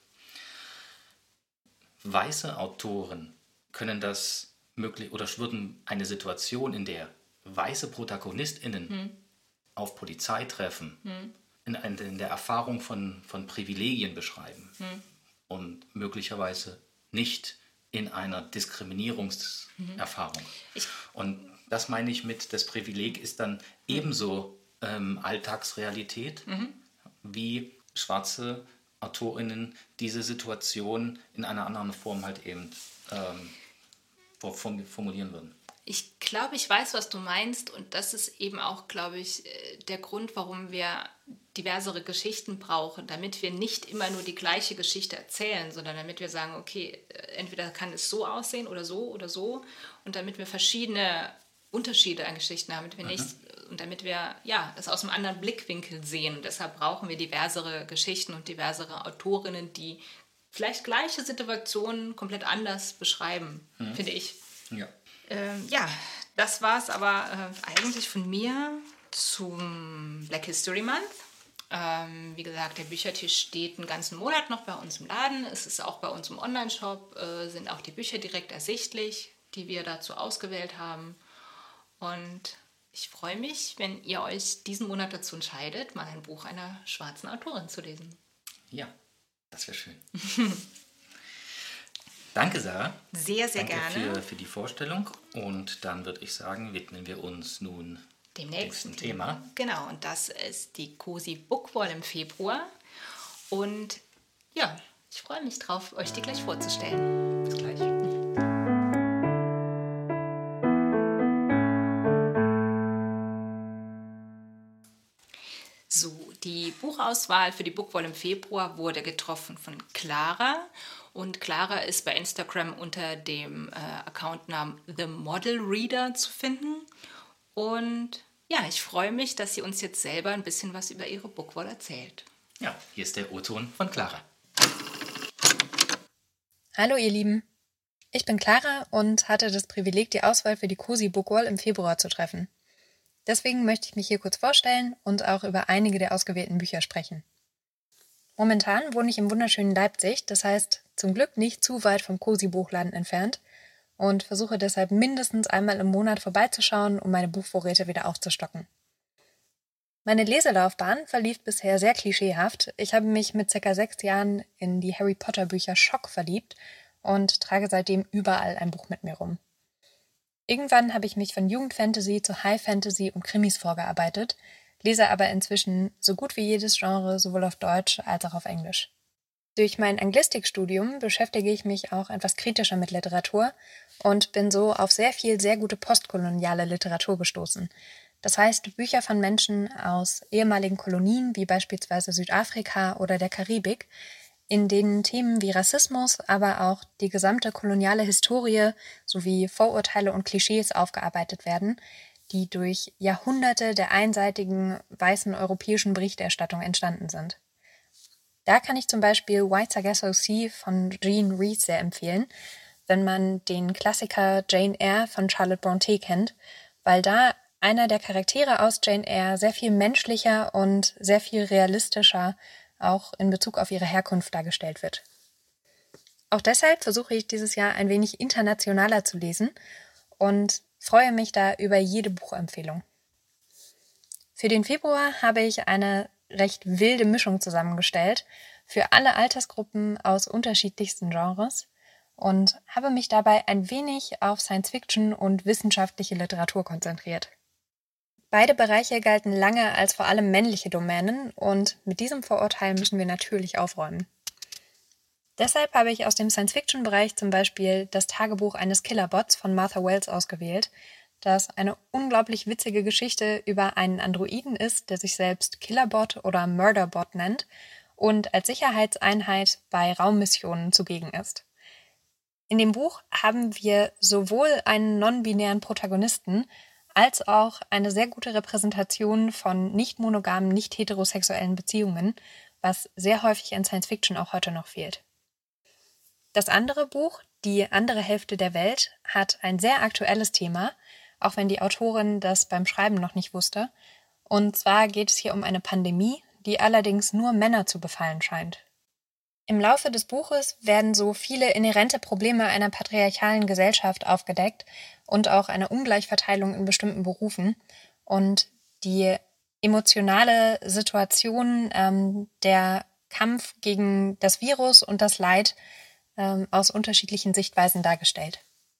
Weiße Autoren können das möglich oder würden eine Situation, in der weiße ProtagonistInnen mhm. auf Polizei treffen, mhm. in, in der Erfahrung von, von Privilegien beschreiben mhm. und möglicherweise nicht in einer Diskriminierungserfahrung. Mhm. Und das meine ich mit, das Privileg ist dann ebenso ähm, Alltagsrealität, mhm. wie schwarze AutorInnen diese Situation in einer anderen Form halt eben ähm, formulieren würden. Ich glaube, ich weiß, was du meinst, und das ist eben auch, glaube ich, der Grund, warum wir diversere Geschichten brauchen, damit wir nicht immer nur die gleiche Geschichte erzählen, sondern damit wir sagen, okay, entweder kann es so aussehen oder so oder so, und damit wir verschiedene Unterschiede an Geschichten haben, damit wir nicht, und damit wir ja, das aus einem anderen Blickwinkel sehen. Und deshalb brauchen wir diversere Geschichten und diversere Autorinnen, die vielleicht gleiche Situationen komplett anders beschreiben, mhm. finde ich. Ja. Ähm, ja, das war es aber äh, eigentlich von mir zum Black History Month. Ähm, wie gesagt, der Büchertisch steht einen ganzen Monat noch bei uns im Laden. Es ist auch bei uns im Online-Shop, äh, sind auch die Bücher direkt ersichtlich, die wir dazu ausgewählt haben. Und ich freue mich, wenn ihr euch diesen Monat dazu entscheidet, mal ein Buch einer schwarzen Autorin zu lesen. Ja, das wäre schön. Danke, Sarah. Sehr, sehr Danke gerne. Für, für die Vorstellung. Und dann würde ich sagen, widmen wir uns nun dem nächsten, nächsten Thema. Thema. Genau, und das ist die Cozy Bookwall im Februar. Und ja, ich freue mich drauf, euch die gleich vorzustellen. Bis gleich. So, die Buchauswahl für die Bookwall im Februar wurde getroffen von Clara. Und Clara ist bei Instagram unter dem äh, Accountnamen The Model Reader zu finden. Und ja, ich freue mich, dass sie uns jetzt selber ein bisschen was über ihre Bookwall erzählt. Ja, hier ist der O-Ton von Clara. Hallo ihr Lieben, ich bin Clara und hatte das Privileg, die Auswahl für die Cozy Bookwall im Februar zu treffen. Deswegen möchte ich mich hier kurz vorstellen und auch über einige der ausgewählten Bücher sprechen. Momentan wohne ich im wunderschönen Leipzig, das heißt zum Glück nicht zu weit vom Cozy Buchladen entfernt und versuche deshalb mindestens einmal im Monat vorbeizuschauen, um meine Buchvorräte wieder aufzustocken. Meine Leselaufbahn verlief bisher sehr klischeehaft. Ich habe mich mit ca. sechs Jahren in die Harry Potter Bücher Schock verliebt und trage seitdem überall ein Buch mit mir rum. Irgendwann habe ich mich von Jugendfantasy zu High Fantasy und Krimis vorgearbeitet, lese aber inzwischen so gut wie jedes Genre sowohl auf Deutsch als auch auf Englisch. Durch mein Anglistikstudium beschäftige ich mich auch etwas kritischer mit Literatur und bin so auf sehr viel sehr gute postkoloniale Literatur gestoßen. Das heißt, Bücher von Menschen aus ehemaligen Kolonien wie beispielsweise Südafrika oder der Karibik, in denen Themen wie Rassismus, aber auch die gesamte koloniale Historie sowie Vorurteile und Klischees aufgearbeitet werden, die durch Jahrhunderte der einseitigen weißen europäischen Berichterstattung entstanden sind. Da kann ich zum Beispiel White Sargasso Sea von Jean Rhys sehr empfehlen, wenn man den Klassiker Jane Eyre von Charlotte Brontë kennt, weil da einer der Charaktere aus Jane Eyre sehr viel menschlicher und sehr viel realistischer auch in Bezug auf ihre Herkunft dargestellt wird. Auch deshalb versuche ich dieses Jahr ein wenig internationaler zu lesen und freue mich da über jede Buchempfehlung. Für den Februar habe ich eine recht wilde Mischung zusammengestellt für alle Altersgruppen aus unterschiedlichsten Genres und habe mich dabei ein wenig auf Science-Fiction und wissenschaftliche Literatur konzentriert. Beide Bereiche galten lange als vor allem männliche Domänen und mit diesem Vorurteil müssen wir natürlich aufräumen. Deshalb habe ich aus dem Science-Fiction-Bereich zum Beispiel das Tagebuch eines Killerbots von Martha Wells ausgewählt, das eine unglaublich witzige Geschichte über einen Androiden ist, der sich selbst Killerbot oder Murderbot nennt und als Sicherheitseinheit bei Raummissionen zugegen ist. In dem Buch haben wir sowohl einen non-binären Protagonisten als auch eine sehr gute Repräsentation von nicht monogamen, nicht heterosexuellen Beziehungen, was sehr häufig in Science Fiction auch heute noch fehlt. Das andere Buch, Die andere Hälfte der Welt, hat ein sehr aktuelles Thema, auch wenn die Autorin das beim Schreiben noch nicht wusste. Und zwar geht es hier um eine Pandemie, die allerdings nur Männer zu befallen scheint. Im Laufe des Buches werden so viele inhärente Probleme einer patriarchalen Gesellschaft aufgedeckt und auch eine Ungleichverteilung in bestimmten Berufen und die emotionale Situation, ähm, der Kampf gegen das Virus und das Leid ähm, aus unterschiedlichen Sichtweisen dargestellt.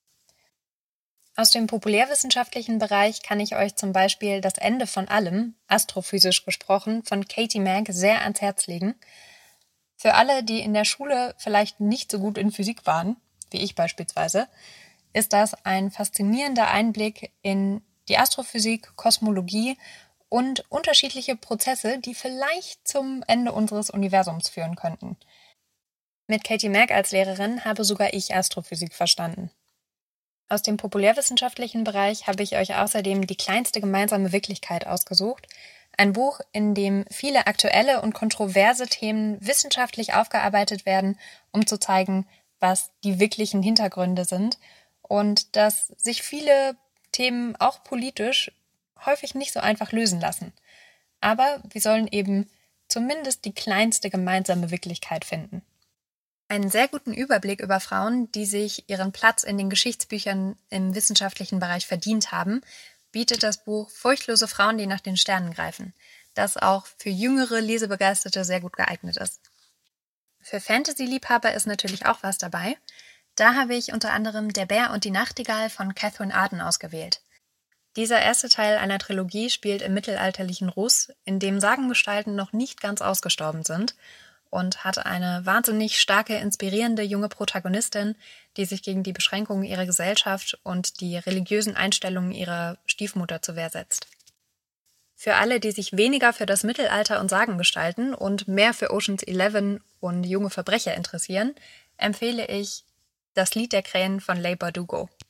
Aus dem populärwissenschaftlichen Bereich kann ich euch zum Beispiel Das Ende von allem, astrophysisch gesprochen, von Katie Mack sehr ans Herz legen. Für alle, die in der Schule vielleicht nicht so gut in Physik waren, wie ich beispielsweise, ist das ein faszinierender Einblick in die Astrophysik, Kosmologie und unterschiedliche Prozesse, die vielleicht zum Ende unseres Universums führen könnten. Mit Katie Mack als Lehrerin habe sogar ich Astrophysik verstanden. Aus dem populärwissenschaftlichen Bereich habe ich euch außerdem Die kleinste gemeinsame Wirklichkeit ausgesucht, ein Buch, in dem viele aktuelle und kontroverse Themen wissenschaftlich aufgearbeitet werden, um zu zeigen, was die wirklichen Hintergründe sind und dass sich viele Themen auch politisch häufig nicht so einfach lösen lassen. Aber wir sollen eben zumindest die kleinste gemeinsame Wirklichkeit finden. Einen sehr guten Überblick über Frauen, die sich ihren Platz in den Geschichtsbüchern im wissenschaftlichen Bereich verdient haben, bietet das Buch Furchtlose Frauen, die nach den Sternen greifen, das auch für jüngere Lesebegeisterte sehr gut geeignet ist. Für Fantasy-Liebhaber ist natürlich auch was dabei. Da habe ich unter anderem Der Bär und die Nachtigall von Catherine Arden ausgewählt. Dieser erste Teil einer Trilogie spielt im mittelalterlichen Russ, in dem Sagengestalten noch nicht ganz ausgestorben sind, und hat eine wahnsinnig starke, inspirierende junge Protagonistin, die sich gegen die Beschränkungen ihrer Gesellschaft und die religiösen Einstellungen ihrer Stiefmutter zur Wehr setzt. Für alle, die sich weniger für das Mittelalter und Sagengestalten und mehr für Ocean's Eleven und junge Verbrecher interessieren, empfehle ich Das Lied der Krähen von Leigh Bardugo.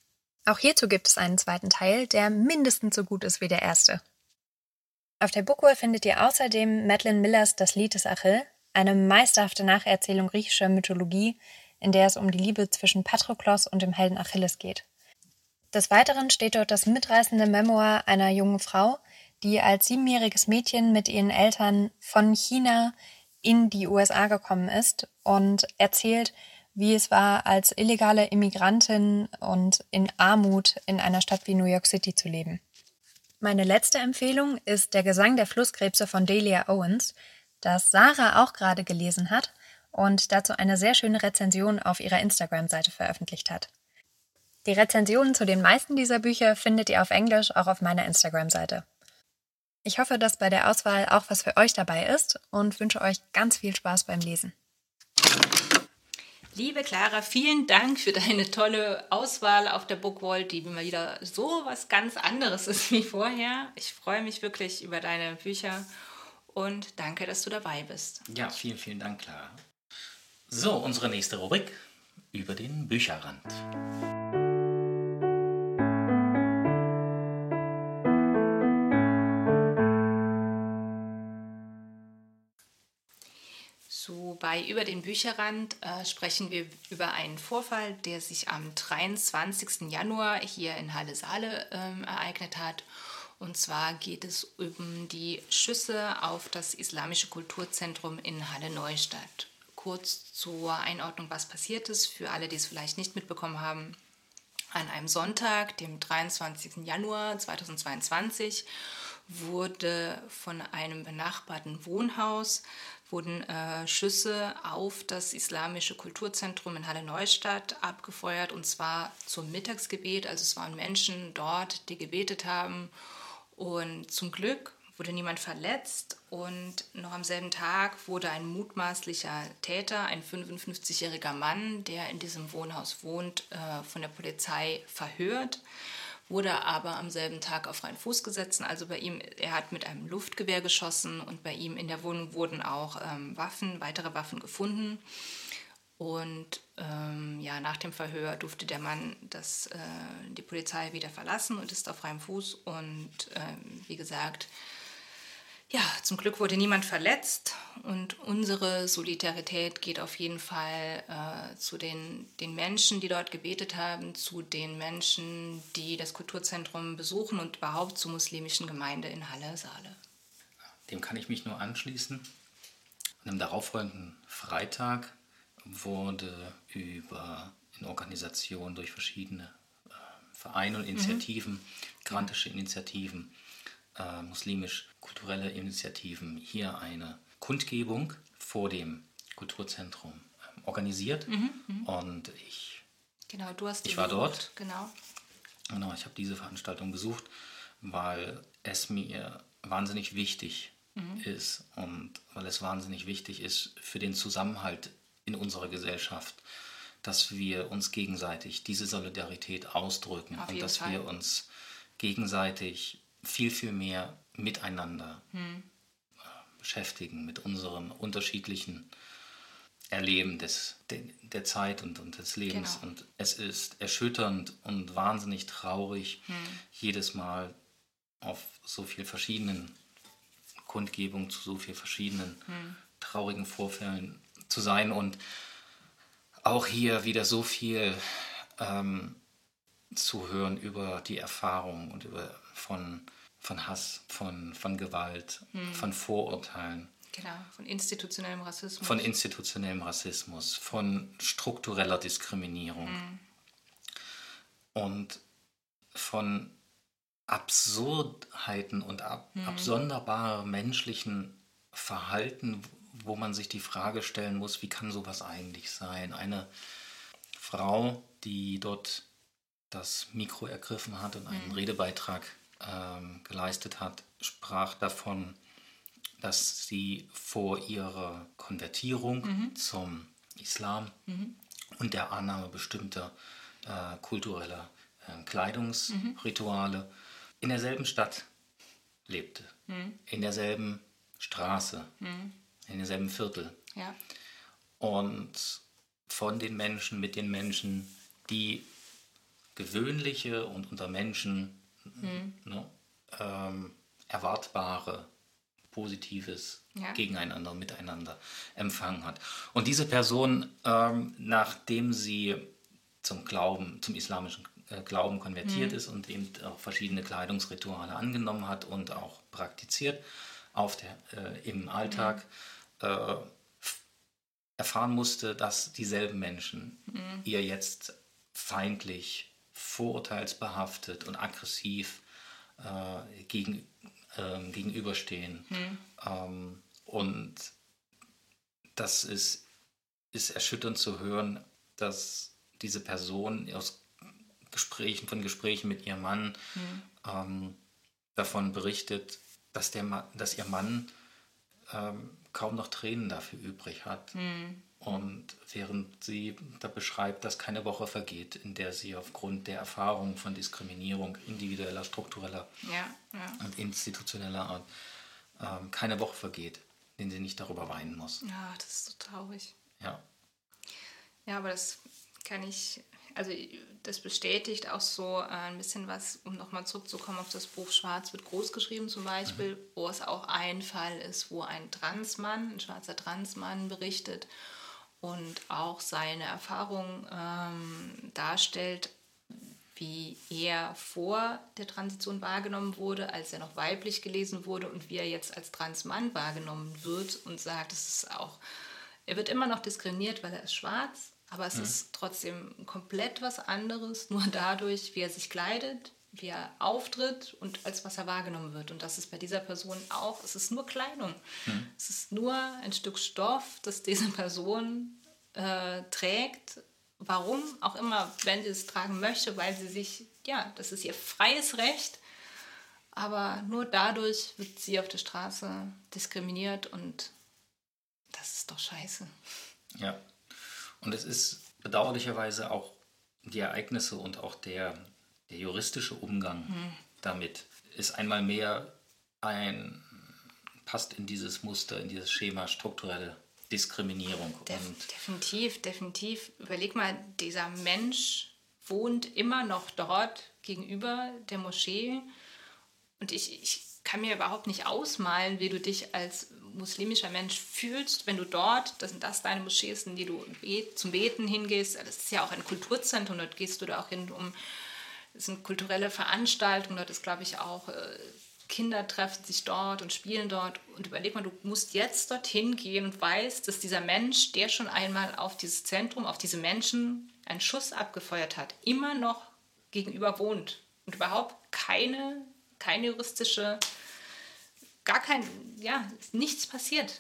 Auch hierzu gibt es einen zweiten Teil, der mindestens so gut ist wie der erste. Auf der Bookwall findet ihr außerdem Madeline Millers Das Lied des Achill, eine meisterhafte Nacherzählung griechischer Mythologie, in der es um die Liebe zwischen Patroklos und dem Helden Achilles geht. Des Weiteren steht dort das mitreißende Memoir einer jungen Frau, die als siebenjähriges Mädchen mit ihren Eltern von China in die U S A gekommen ist und erzählt, wie es war, als illegale Immigrantin und in Armut in einer Stadt wie New York City zu leben. Meine letzte Empfehlung ist Der Gesang der Flusskrebse von Delia Owens, das Sarah auch gerade gelesen hat und dazu eine sehr schöne Rezension auf ihrer Instagram-Seite veröffentlicht hat. Die Rezensionen zu den meisten dieser Bücher findet ihr auf Englisch auch auf meiner Instagram-Seite. Ich hoffe, dass bei der Auswahl auch was für euch dabei ist und wünsche euch ganz viel Spaß beim Lesen. Liebe Clara, vielen Dank für deine tolle Auswahl auf der Bookwall, die mal wieder so was ganz anderes ist wie vorher. Ich freue mich wirklich über deine Bücher und danke, dass du dabei bist. Ja, vielen, vielen Dank, Clara. So, unsere nächste Rubrik über den Bücherrand. So, bei Über den Bücherrand äh, sprechen wir über einen Vorfall, der sich am dreiundzwanzigsten Januar hier in Halle-Saale ähm, ereignet hat. Und zwar geht es um die Schüsse auf das Islamische Kulturzentrum in Halle-Neustadt. Kurz zur Einordnung, was passiert ist, für alle, die es vielleicht nicht mitbekommen haben. An einem Sonntag, dem dreiundzwanzigsten Januar zweitausendzweiundzwanzig, wurde von einem benachbarten Wohnhaus wurden äh, Schüsse auf das Islamische Kulturzentrum in Halle-Neustadt abgefeuert, und zwar zum Mittagsgebet. Also es waren Menschen dort, die gebetet haben, und zum Glück wurde niemand verletzt, und noch am selben Tag wurde ein mutmaßlicher Täter, ein fünfundfünfzigjähriger Mann, der in diesem Wohnhaus wohnt, äh, von der Polizei verhört, wurde aber am selben Tag auf freien Fuß gesetzt. Also bei ihm, er hat mit einem Luftgewehr geschossen, und bei ihm in der Wohnung wurden auch ähm, Waffen, weitere Waffen gefunden. Und ähm, ja, nach dem Verhör durfte der Mann das, äh, die Polizei wieder verlassen und ist auf freiem Fuß. Und ähm, wie gesagt, ja, zum Glück wurde niemand verletzt, und unsere Solidarität geht auf jeden Fall äh, zu den, den Menschen, die dort gebetet haben, zu den Menschen, die das Kulturzentrum besuchen und überhaupt zur muslimischen Gemeinde in Halle-Saale. Dem kann ich mich nur anschließen. Und am darauffolgenden Freitag wurde über in Organisation durch verschiedene äh, Vereine und Initiativen, mhm. migrantische Initiativen, äh, muslimisch-kulturelle Initiativen hier eine Kundgebung vor dem Kulturzentrum äh, organisiert. Mhm, mh. Und ich, genau, du hast ich war dort. Genau. Genau, ich habe diese Veranstaltung besucht, weil es mir wahnsinnig wichtig mhm. ist und weil es wahnsinnig wichtig ist für den Zusammenhalt in unserer Gesellschaft, dass wir uns gegenseitig diese Solidarität ausdrücken und dass Fall. wir uns gegenseitig viel, viel mehr miteinander hm. beschäftigen, mit unserem unterschiedlichen Erleben des, de, der Zeit und, und des Lebens. Genau. Und es ist erschütternd und wahnsinnig traurig, hm. jedes Mal auf so viel verschiedenen Kundgebungen, zu so vielen verschiedenen hm. traurigen Vorfällen zu sein und auch hier wieder so viel ähm, zu hören über die Erfahrung und über von, von Hass, von, von Gewalt, hm. von Vorurteilen. Genau, von institutionellem Rassismus. Von institutionellem Rassismus, von struktureller Diskriminierung hm. und von Absurdheiten und ab, hm. absonderbarem menschlichen Verhalten, wo man sich die Frage stellen muss, wie kann sowas eigentlich sein? Eine Frau, die dort das Mikro ergriffen hat und einen mhm. Redebeitrag ähm, geleistet hat, sprach davon, dass sie vor ihrer Konvertierung mhm. zum Islam mhm. und der Annahme bestimmter äh, kultureller äh, Kleidungsrituale mhm. in derselben Stadt lebte, mhm. in derselben Straße, mhm. in demselben Viertel. Ja. Und von den Menschen, mit den Menschen, die gewöhnliche und unter Menschen mhm. ne, ähm, erwartbare, positives ja. Gegeneinander, miteinander empfangen hat. Und diese Person, ähm, nachdem sie zum Glauben, zum islamischen äh, Glauben konvertiert mhm. ist und eben auch verschiedene Kleidungsrituale angenommen hat und auch praktiziert auf der, äh, im Alltag, mhm. äh, erfahren musste, dass dieselben Menschen mhm. ihr jetzt feindlich, vorurteilsbehaftet und aggressiv äh, gegen, äh, gegenüberstehen. Mhm. Ähm, und das ist, ist erschütternd zu hören, dass diese Person aus Gesprächen, von Gesprächen mit ihrem Mann mhm. ähm, davon berichtet, dass, der Ma- dass ihr Mann ähm, kaum noch Tränen dafür übrig hat. Mhm. Und während sie da beschreibt, dass keine Woche vergeht, in der sie aufgrund der Erfahrung von Diskriminierung individueller, struktureller ja, ja. und institutioneller Art ähm, keine Woche vergeht, in der sie nicht darüber weinen muss. Ja, das ist so traurig. Ja. Ja, aber das kann ich, also das bestätigt auch so ein bisschen was, um nochmal zurückzukommen auf das Buch Schwarz wird groß geschrieben zum Beispiel, mhm. wo es auch ein Fall ist, wo ein Transmann, ein schwarzer Transmann berichtet und auch seine Erfahrung ähm, darstellt, wie er vor der Transition wahrgenommen wurde, als er noch weiblich gelesen wurde und wie er jetzt als Transmann wahrgenommen wird und sagt, es ist auch, er wird immer noch diskriminiert, weil er ist schwarz, aber es mhm. ist trotzdem komplett was anderes, nur dadurch, wie er sich kleidet, wie er auftritt und als was er wahrgenommen wird. Und das ist bei dieser Person auch, es ist nur Kleidung. Mhm. Es ist nur ein Stück Stoff, das diese Person äh, trägt, warum auch immer, wenn sie es tragen möchte, weil sie sich, ja, das ist ihr freies Recht, aber nur dadurch wird sie auf der Straße diskriminiert und das ist doch scheiße. Ja, und es ist bedauerlicherweise auch die Ereignisse und auch der, der juristische Umgang hm. damit ist einmal mehr ein, passt in dieses Muster, in dieses Schema strukturelle Diskriminierung. Def- und definitiv, definitiv. Überleg mal, dieser Mensch wohnt immer noch dort gegenüber der Moschee und ich, ich kann mir überhaupt nicht ausmalen, wie du dich als muslimischer Mensch fühlst, wenn du dort, das sind das deine Moschee ist, in die du zum Beten hingehst. Das ist ja auch ein Kulturzentrum, dort gehst du da auch hin, um, das sind kulturelle Veranstaltungen, dort ist, glaube ich, auch äh, Kinder treffen sich dort und spielen dort und überleg mal, du musst jetzt dorthin gehen und weißt, dass dieser Mensch, der schon einmal auf dieses Zentrum, auf diese Menschen einen Schuss abgefeuert hat, immer noch gegenüber wohnt und überhaupt keine, keine juristische, gar kein, ja, nichts passiert.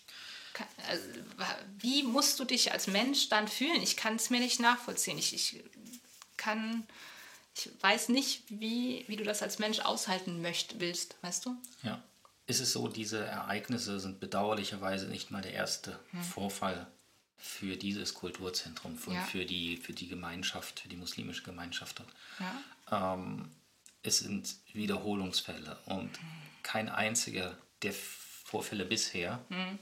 Also, wie musst du dich als Mensch dann fühlen? Ich kann es mir nicht nachvollziehen. Ich, ich kann... Ich weiß nicht, wie, wie du das als Mensch aushalten möcht, willst, weißt du? Ja, ist es so, diese Ereignisse sind bedauerlicherweise nicht mal der erste hm. Vorfall für dieses Kulturzentrum, für, ja. für, die, für die Gemeinschaft, für die muslimische Gemeinschaft dort. Ja. Ähm, es sind Wiederholungsfälle und hm. kein einziger der Vorfälle bisher hm.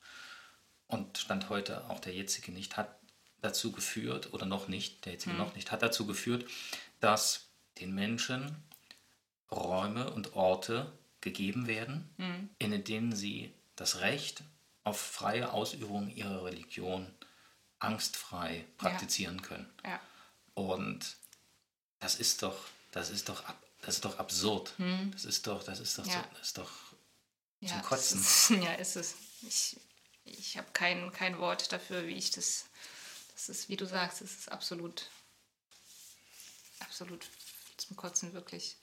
und Stand heute auch der jetzige nicht, hat dazu geführt, oder noch nicht, der jetzige hm. noch nicht, hat dazu geführt, dass den Menschen Räume und Orte gegeben werden, mhm. in denen sie das Recht auf freie Ausübung ihrer Religion angstfrei praktizieren ja. können. Ja. Und das ist doch, das ist doch, das ist doch absurd. Mhm. Das ist doch, das ist doch, ja. so, das ist doch ja, zum Kotzen. Ist, ja, ist es. Ich, ich habe kein, kein Wort dafür, wie ich das. Das ist, wie du sagst, es ist absolut. Absolut zum Kotzen, wirklich.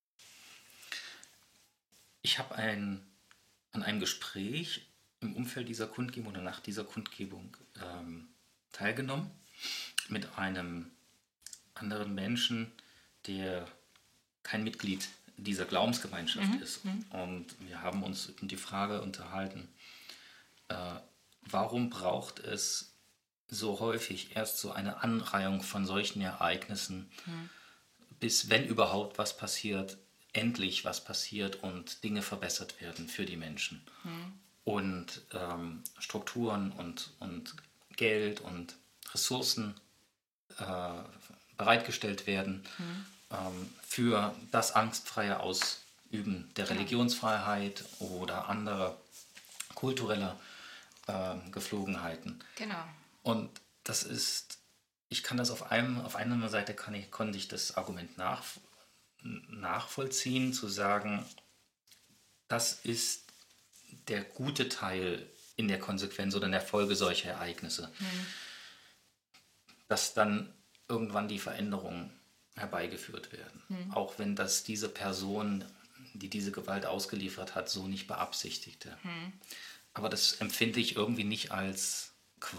Ich habe ein, an einem Gespräch im Umfeld dieser Kundgebung oder nach dieser Kundgebung ähm, teilgenommen mit einem anderen Menschen, der kein Mitglied dieser Glaubensgemeinschaft mhm. ist. Und wir haben uns über die Frage unterhalten, äh, warum braucht es so häufig erst so eine Anreihung von solchen Ereignissen, hm. bis, wenn überhaupt was passiert, endlich was passiert und Dinge verbessert werden für die Menschen. Hm. Und ähm, Strukturen und, und Geld und Ressourcen äh, bereitgestellt werden mhm. ähm, für das angstfreie Ausüben der genau. Religionsfreiheit oder anderer kultureller äh, Geflogenheiten. Genau. Und das ist, ich kann das auf einem, auf einer Seite kann ich, konnte ich das Argument nach, nachvollziehen, zu sagen, das ist der gute Teil in der Konsequenz oder in der Folge solcher Ereignisse. Mhm. Dass dann irgendwann die Veränderungen herbeigeführt werden. Mhm. Auch wenn das diese Person, die diese Gewalt ausgeliefert hat, so nicht beabsichtigte. Mhm. Aber das empfinde ich irgendwie nicht als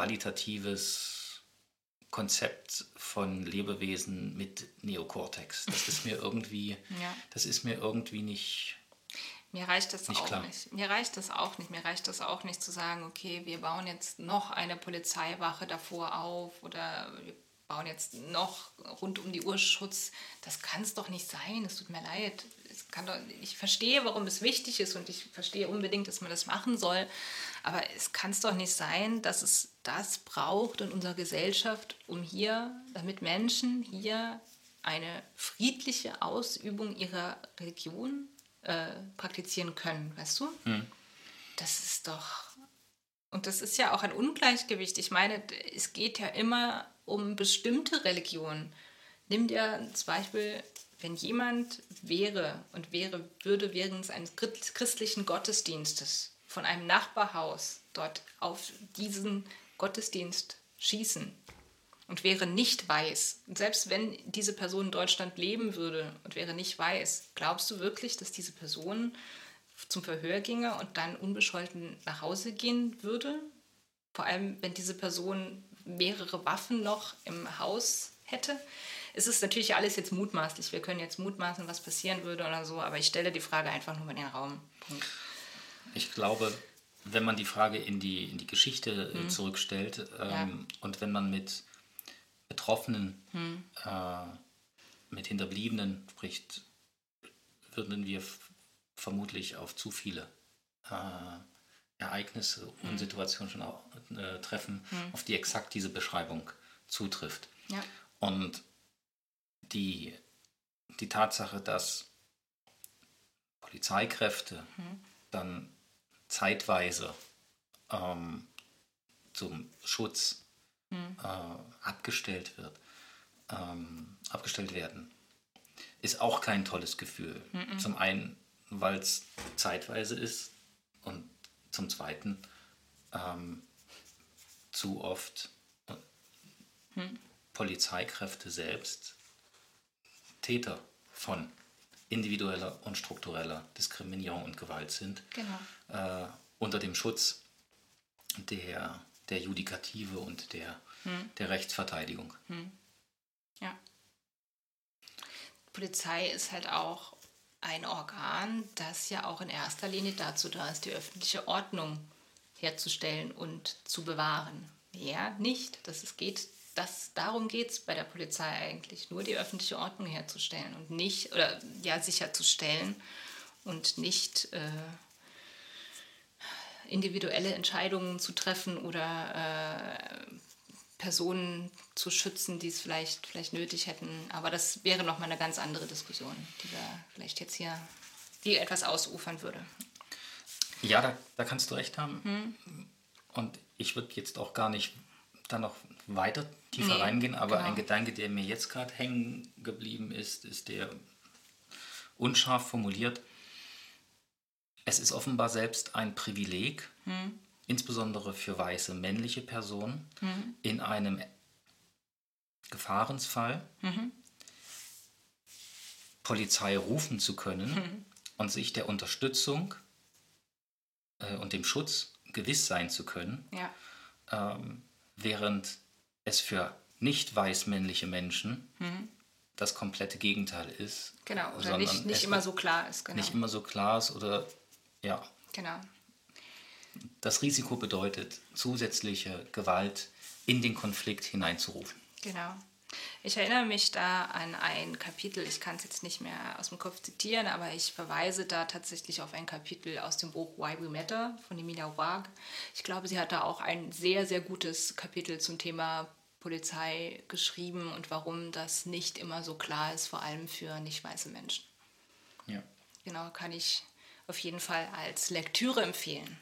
qualitatives Konzept von Lebewesen mit Neokortex. Das ist mir irgendwie, ja. das ist mir irgendwie nicht... Mir reicht das nicht auch klar. nicht. Mir reicht das auch nicht. Mir reicht das auch nicht zu sagen, okay, wir bauen jetzt noch eine Polizeiwache davor auf oder wir bauen jetzt noch rund um die Uhr Schutz. Das kann es doch nicht sein. Es tut mir leid. Es kann doch, ich verstehe, warum es wichtig ist und ich verstehe unbedingt, dass man das machen soll. Aber es kann es doch nicht sein, dass es das braucht in unserer Gesellschaft, um hier, damit Menschen hier eine friedliche Ausübung ihrer Religion Äh, praktizieren können, weißt du? Hm. Das ist doch... Und das ist ja auch ein Ungleichgewicht. Ich meine, es geht ja immer um bestimmte Religionen. Nimm dir zum Beispiel, wenn jemand wäre und wäre, würde während eines christlichen Gottesdienstes von einem Nachbarhaus dort auf diesen Gottesdienst schießen und wäre nicht weiß. Und selbst wenn diese Person in Deutschland leben würde und wäre nicht weiß, glaubst du wirklich, dass diese Person zum Verhör ginge und dann unbescholten nach Hause gehen würde? Vor allem, wenn diese Person mehrere Waffen noch im Haus hätte. Es ist natürlich alles jetzt mutmaßlich. Wir können jetzt mutmaßen, was passieren würde oder so, aber ich stelle die Frage einfach nur in den Raum. Punkt. Ich glaube, wenn man die Frage in die, in die Geschichte hm. zurückstellt ähm, ja. und wenn man mit Betroffenen, hm. äh, mit Hinterbliebenen spricht, würden wir f- vermutlich auf zu viele äh, Ereignisse hm. und Situationen schon auch, äh, treffen, hm. auf die exakt diese Beschreibung zutrifft. Ja. Und die, die Tatsache, dass Polizeikräfte hm. dann zeitweise ähm, zum Schutz Hm. Äh, abgestellt wird, ähm, abgestellt werden, ist auch kein tolles Gefühl. Mhm. Zum einen, weil es zeitweise ist und zum zweiten ähm, zu oft hm. Polizeikräfte selbst Täter von individueller und struktureller Diskriminierung und Gewalt sind, genau. äh, unter dem Schutz der der Judikative und der, hm. der Rechtsverteidigung. Hm. Ja. Die Polizei ist halt auch ein Organ, das ja auch in erster Linie dazu da ist, die öffentliche Ordnung herzustellen und zu bewahren. Mehr nicht. Das es geht, das, darum geht es bei der Polizei eigentlich, nur die öffentliche Ordnung herzustellen und nicht, oder ja, sicherzustellen und nicht äh, individuelle Entscheidungen zu treffen oder äh, Personen zu schützen, die es vielleicht, vielleicht nötig hätten. Aber das wäre nochmal eine ganz andere Diskussion, die wir vielleicht jetzt hier, die etwas ausufern würde. Ja, da, da kannst du recht haben. Hm. Und ich würde jetzt auch gar nicht da noch weiter tiefer nee, reingehen, aber genau. ein Gedanke, der mir jetzt gerade hängen geblieben ist, ist der unscharf formuliert. Es ist offenbar selbst ein Privileg, hm. insbesondere für weiße männliche Personen, hm. in einem Gefahrensfall mhm. Polizei rufen zu können hm. und sich der Unterstützung äh, und dem Schutz gewiss sein zu können, ja. ähm, während es für nicht weiß männliche Menschen hm. das komplette Gegenteil ist. Genau, oder nicht, nicht immer so klar ist. Genau. Nicht immer so klar ist oder ja. Genau. Das Risiko bedeutet, zusätzliche Gewalt in den Konflikt hineinzurufen. Genau. Ich erinnere mich da an ein Kapitel, ich kann es jetzt nicht mehr aus dem Kopf zitieren, aber ich verweise da tatsächlich auf ein Kapitel aus dem Buch Why We Matter von Emilia Wragg. Ich glaube, sie hat da auch ein sehr, sehr gutes Kapitel zum Thema Polizei geschrieben und warum das nicht immer so klar ist, vor allem für nicht weiße Menschen. Ja. Genau, kann ich auf jeden Fall als Lektüre empfehlen.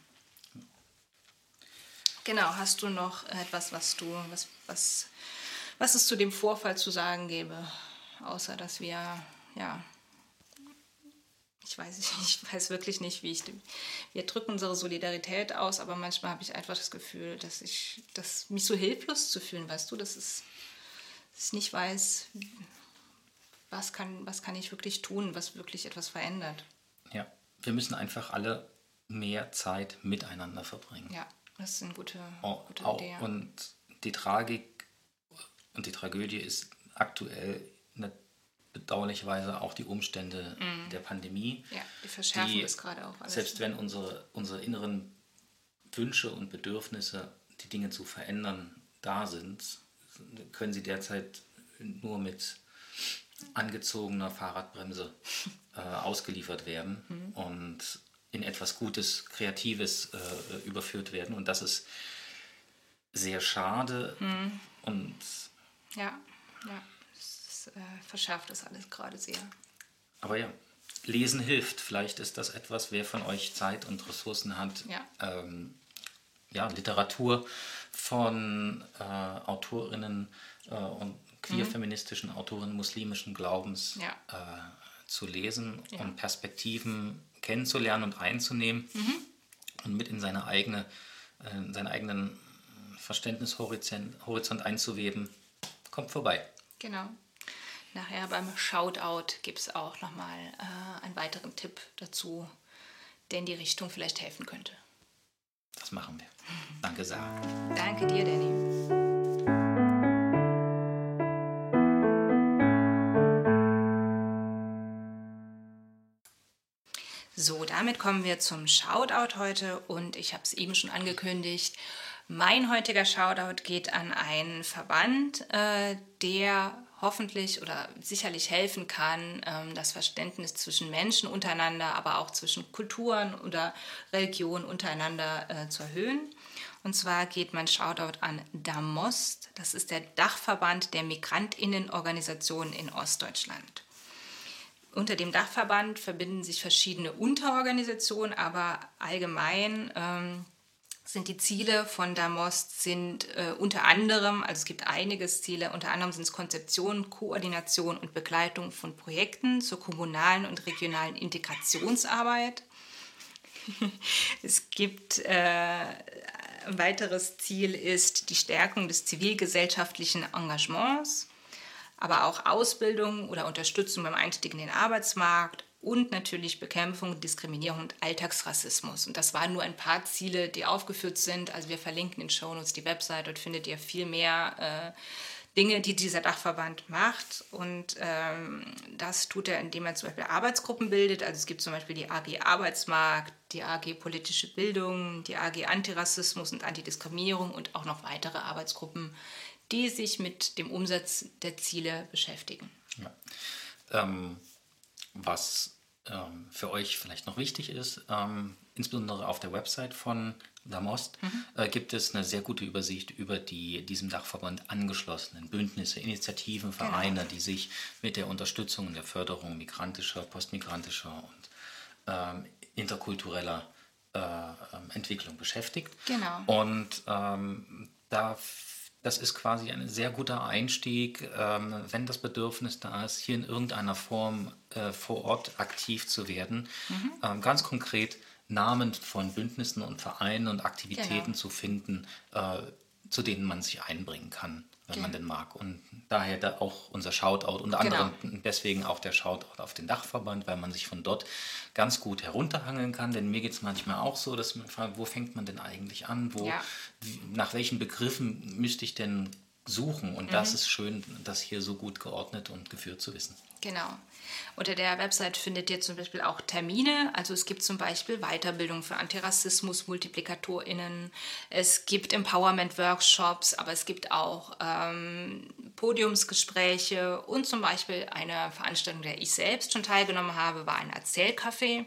Genau, hast du noch etwas, was du, was, was, was es zu dem Vorfall zu sagen gäbe, außer dass wir, ja, ich weiß, ich, ich weiß wirklich nicht, wie ich, wir drücken unsere Solidarität aus, aber manchmal habe ich einfach das Gefühl, dass ich, dass mich so hilflos zu fühlen, weißt du, dass, es, dass ich nicht weiß, was kann, was kann ich wirklich tun, was wirklich etwas verändert. Ja, wir müssen einfach alle mehr Zeit miteinander verbringen. Ja, das ist eine gute, oh, gute auch, Idee. Und die Tragik und die Tragödie ist aktuell eine bedauerlicherweise auch die Umstände mm. der Pandemie. Ja, die verschärfen die, das gerade auch alles. Selbst wenn unsere, unsere inneren Wünsche und Bedürfnisse, die Dinge zu verändern, da sind, können sie derzeit nur mit angezogener Fahrradbremse äh, ausgeliefert werden mm. und in etwas Gutes, Kreatives äh, überführt werden. Und das ist sehr schade. Mm. Und ja, ja. Äh, verschärft das alles gerade sehr. Aber ja, Lesen hilft. Vielleicht ist das etwas, wer von euch Zeit und Ressourcen hat. Ja, ähm, ja Literatur von äh, Autorinnen äh, und queer-feministischen mhm. Autorinnen muslimischen Glaubens ja. äh, zu lesen ja. und Perspektiven kennenzulernen und einzunehmen mhm. und mit in seine eigene, äh, in seinen eigenen Verständnishorizont Horizont einzuweben. Kommt vorbei. Genau. Nachher beim Shoutout gibt es auch nochmal äh, einen weiteren Tipp dazu, der in die Richtung vielleicht helfen könnte. Das machen wir. Danke, Sarah. Danke dir, Danny. So, damit kommen wir zum Shoutout heute und ich habe es eben schon angekündigt. Mein heutiger Shoutout geht an einen Verband, äh, der hoffentlich oder sicherlich helfen kann, ähm, das Verständnis zwischen Menschen untereinander, aber auch zwischen Kulturen oder Religionen untereinander äh, zu erhöhen. Und zwar geht mein Shoutout an DAMOST, das ist der Dachverband der MigrantInnenorganisationen in Ostdeutschland. Unter dem Dachverband verbinden sich verschiedene Unterorganisationen, aber allgemein ähm, sind die Ziele von DAMOST sind äh, unter anderem, also es gibt einiges Ziele, unter anderem sind es Konzeption, Koordination und Begleitung von Projekten zur kommunalen und regionalen Integrationsarbeit. Es gibt äh, ein weiteres Ziel ist die Stärkung des zivilgesellschaftlichen Engagements, aber auch Ausbildung oder Unterstützung beim Einstieg in den Arbeitsmarkt und natürlich Bekämpfung, Diskriminierung und Alltagsrassismus. Und das waren nur ein paar Ziele, die aufgeführt sind. Also wir verlinken in den Shownotes die Website, dort findet ihr viel mehr äh, Dinge, die dieser Dachverband macht. Und ähm, das tut er, indem er zum Beispiel Arbeitsgruppen bildet. Also es gibt zum Beispiel die A G Arbeitsmarkt, die A G Politische Bildung, die A G Antirassismus und Antidiskriminierung und auch noch weitere Arbeitsgruppen, die sich mit dem Umsatz der Ziele beschäftigen. Ja. Ähm, was ähm, für euch vielleicht noch wichtig ist, ähm, insbesondere auf der Website von DAMOST mhm. äh, gibt es eine sehr gute Übersicht über die diesem Dachverband angeschlossenen Bündnisse, Initiativen, Vereine, genau. die sich mit der Unterstützung und der Förderung migrantischer, postmigrantischer und ähm, interkultureller äh, Entwicklung beschäftigt. Genau. Und ähm, da Das ist quasi ein sehr guter Einstieg, ähm, wenn das Bedürfnis da ist, hier in irgendeiner Form äh, vor Ort aktiv zu werden. Mhm. Ähm, ganz konkret Namen von Bündnissen und Vereinen und Aktivitäten genau. zu finden, äh, zu denen man sich einbringen kann, wenn genau. man denn mag. Und daher da auch unser Shoutout, unter anderem genau. deswegen auch der Shoutout auf den Dachverband, weil man sich von dort ganz gut herunterhangeln kann. Denn mir geht es manchmal auch so, dass man fragt, wo fängt man denn eigentlich an? Wo, ja. wie, nach welchen Begriffen müsste ich denn suchen? Und mhm. das ist schön, das hier so gut geordnet und geführt zu wissen. Genau. Unter der Website findet ihr zum Beispiel auch Termine. Also es gibt zum Beispiel Weiterbildung für Antirassismus-MultiplikatorInnen. Es gibt Empowerment-Workshops, aber es gibt auch ähm, Podiumsgespräche und zum Beispiel eine Veranstaltung, der ich selbst schon teilgenommen habe, war ein Erzählcafé.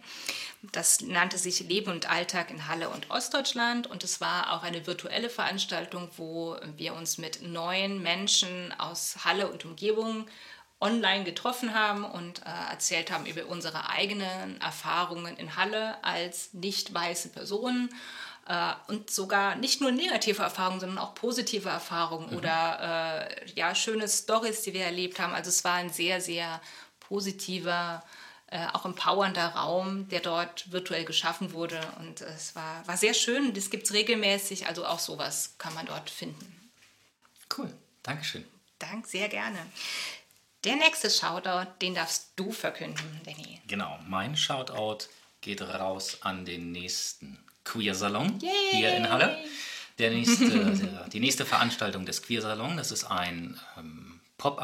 Das nannte sich Leben und Alltag in Halle und Ostdeutschland und es war auch eine virtuelle Veranstaltung, wo wir uns mit neuen Menschen aus Halle und Umgebung online getroffen haben und äh, erzählt haben über unsere eigenen Erfahrungen in Halle als nicht weiße Personen äh, und sogar nicht nur negative Erfahrungen, sondern auch positive Erfahrungen mhm. oder äh, ja, schöne Storys, die wir erlebt haben. Also es war ein sehr, sehr positiver, äh, auch empowernder Raum, der dort virtuell geschaffen wurde und es war, war sehr schön. Das gibt es regelmäßig, also auch sowas kann man dort finden. Cool, Dankeschön. Dank, sehr gerne. Der nächste Shoutout, den darfst du verkünden, Danny. Genau, mein Shoutout geht raus an den nächsten Queer-Salon hier in Halle. Der nächste, der, die nächste Veranstaltung des Queer-Salon, das ist ein ähm,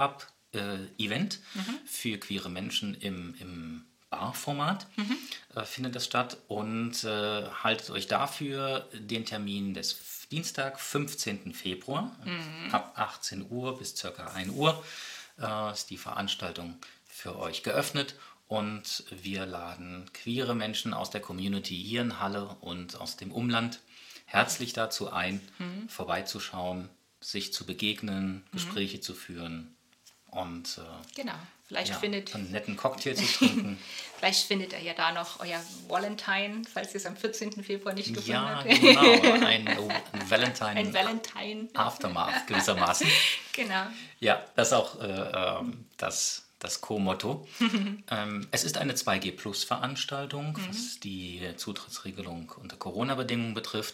Pop-up-Event äh, mhm. für queere Menschen im, im Barformat. Mhm. Äh, findet das statt und äh, haltet euch dafür den Termin des Dienstag, fünfzehnten Februar, mhm. ab achtzehn Uhr bis ca. ein Uhr. Äh, ist die Veranstaltung für euch geöffnet und wir laden queere Menschen aus der Community hier in Halle und aus dem Umland herzlich dazu ein, mhm. vorbeizuschauen, sich zu begegnen, mhm. Gespräche zu führen und äh, genau. Vielleicht ja, findet einen netten Cocktail zu trinken. Vielleicht findet ihr ja da noch euer Valentine, falls ihr es am vierzehnten Februar nicht gefunden ja, habt. Ja, genau. Ein, ein Valentine, ein Valentine. Aftermath gewissermaßen. Genau. Ja, das ist auch äh, das, das Co-Motto. ähm, es ist eine zwei G Plus Veranstaltung, mhm. was die Zutrittsregelung unter Corona-Bedingungen betrifft.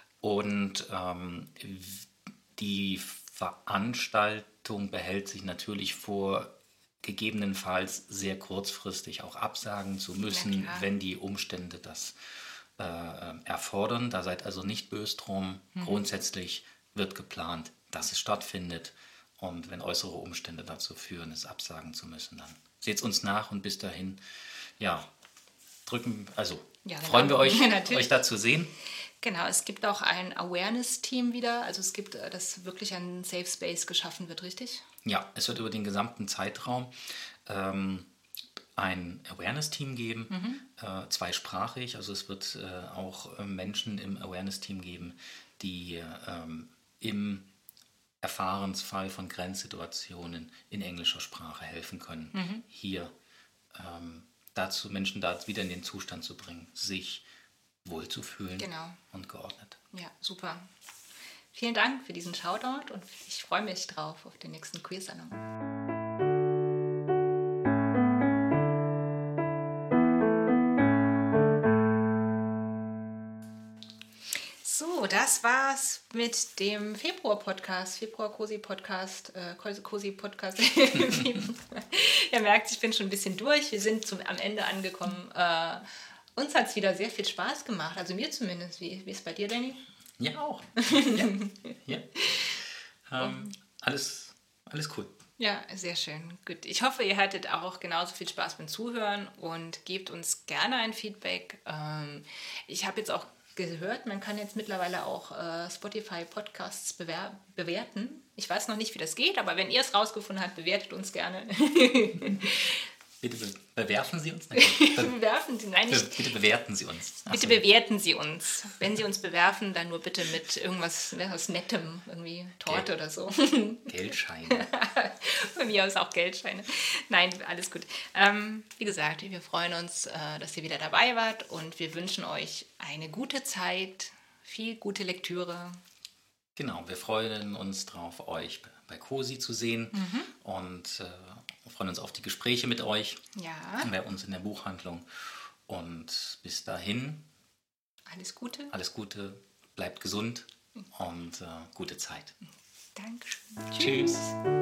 Und ähm, die Veranstaltung behält sich natürlich vor, gegebenenfalls sehr kurzfristig auch absagen zu müssen, ja, wenn die Umstände das äh, erfordern. Da seid also nicht böse drum. Mhm. Grundsätzlich wird geplant, dass es stattfindet. Und wenn äußere Umstände dazu führen, es absagen zu müssen, dann seht uns nach und bis dahin, ja, drücken, also ja, genau. freuen wir euch, ja, euch da zu sehen. Genau, es gibt auch ein Awareness-Team wieder, also es gibt, dass wirklich ein Safe Space geschaffen wird, richtig? Ja, es wird über den gesamten Zeitraum ähm, ein Awareness-Team geben, mhm. äh, zweisprachig, also es wird äh, auch äh, Menschen im Awareness-Team geben, die ähm, im Erfahrensfall von Grenzsituationen in englischer Sprache helfen können, mhm. hier ähm, dazu Menschen da wieder in den Zustand zu bringen, sich wohlzufühlen genau. und geordnet. Ja, super. Vielen Dank für diesen Shoutout und ich freue mich drauf auf den nächsten Queer-Salon. So, das war's mit dem Februar-Podcast, Februar-Cosi-Podcast, äh, Cosi-Podcast. Ihr merkt, ich bin schon ein bisschen durch. Wir sind zum, am Ende angekommen. Äh, uns hat es wieder sehr viel Spaß gemacht, also mir zumindest. Wie, wie ist es bei dir, Danny? Ja, auch. ja. ja. Ähm, alles, alles cool. Ja, sehr schön. Gut. Ich hoffe, ihr hattet auch genauso viel Spaß beim Zuhören und gebt uns gerne ein Feedback. Ähm, ich habe jetzt auch gehört, man kann jetzt mittlerweile auch äh, Spotify-Podcasts bewer- bewerten. Ich weiß noch nicht, wie das geht, aber wenn ihr es rausgefunden habt, bewertet uns gerne. Bitte be- bewerfen Sie uns? Nein, be- bewerfen Sie, nein, nicht. Bitte bewerten Sie uns. Ach bitte so. Bewerten Sie uns. Wenn Sie uns bewerfen, dann nur bitte mit irgendwas was Nettem, irgendwie Torte Geld. Oder so. Geldscheine. Bei mir aus auch Geldscheine. Nein, alles gut. Ähm, wie gesagt, wir freuen uns, äh, dass ihr wieder dabei wart und wir wünschen euch eine gute Zeit, viel gute Lektüre. Genau, wir freuen uns drauf, euch bei Cosi zu sehen mhm. und äh, freuen uns auf die Gespräche mit euch, ja. bei uns in der Buchhandlung. Und bis dahin, alles Gute. Alles Gute, bleibt gesund und äh, gute Zeit. Dankeschön. Tschüss. Tschüss.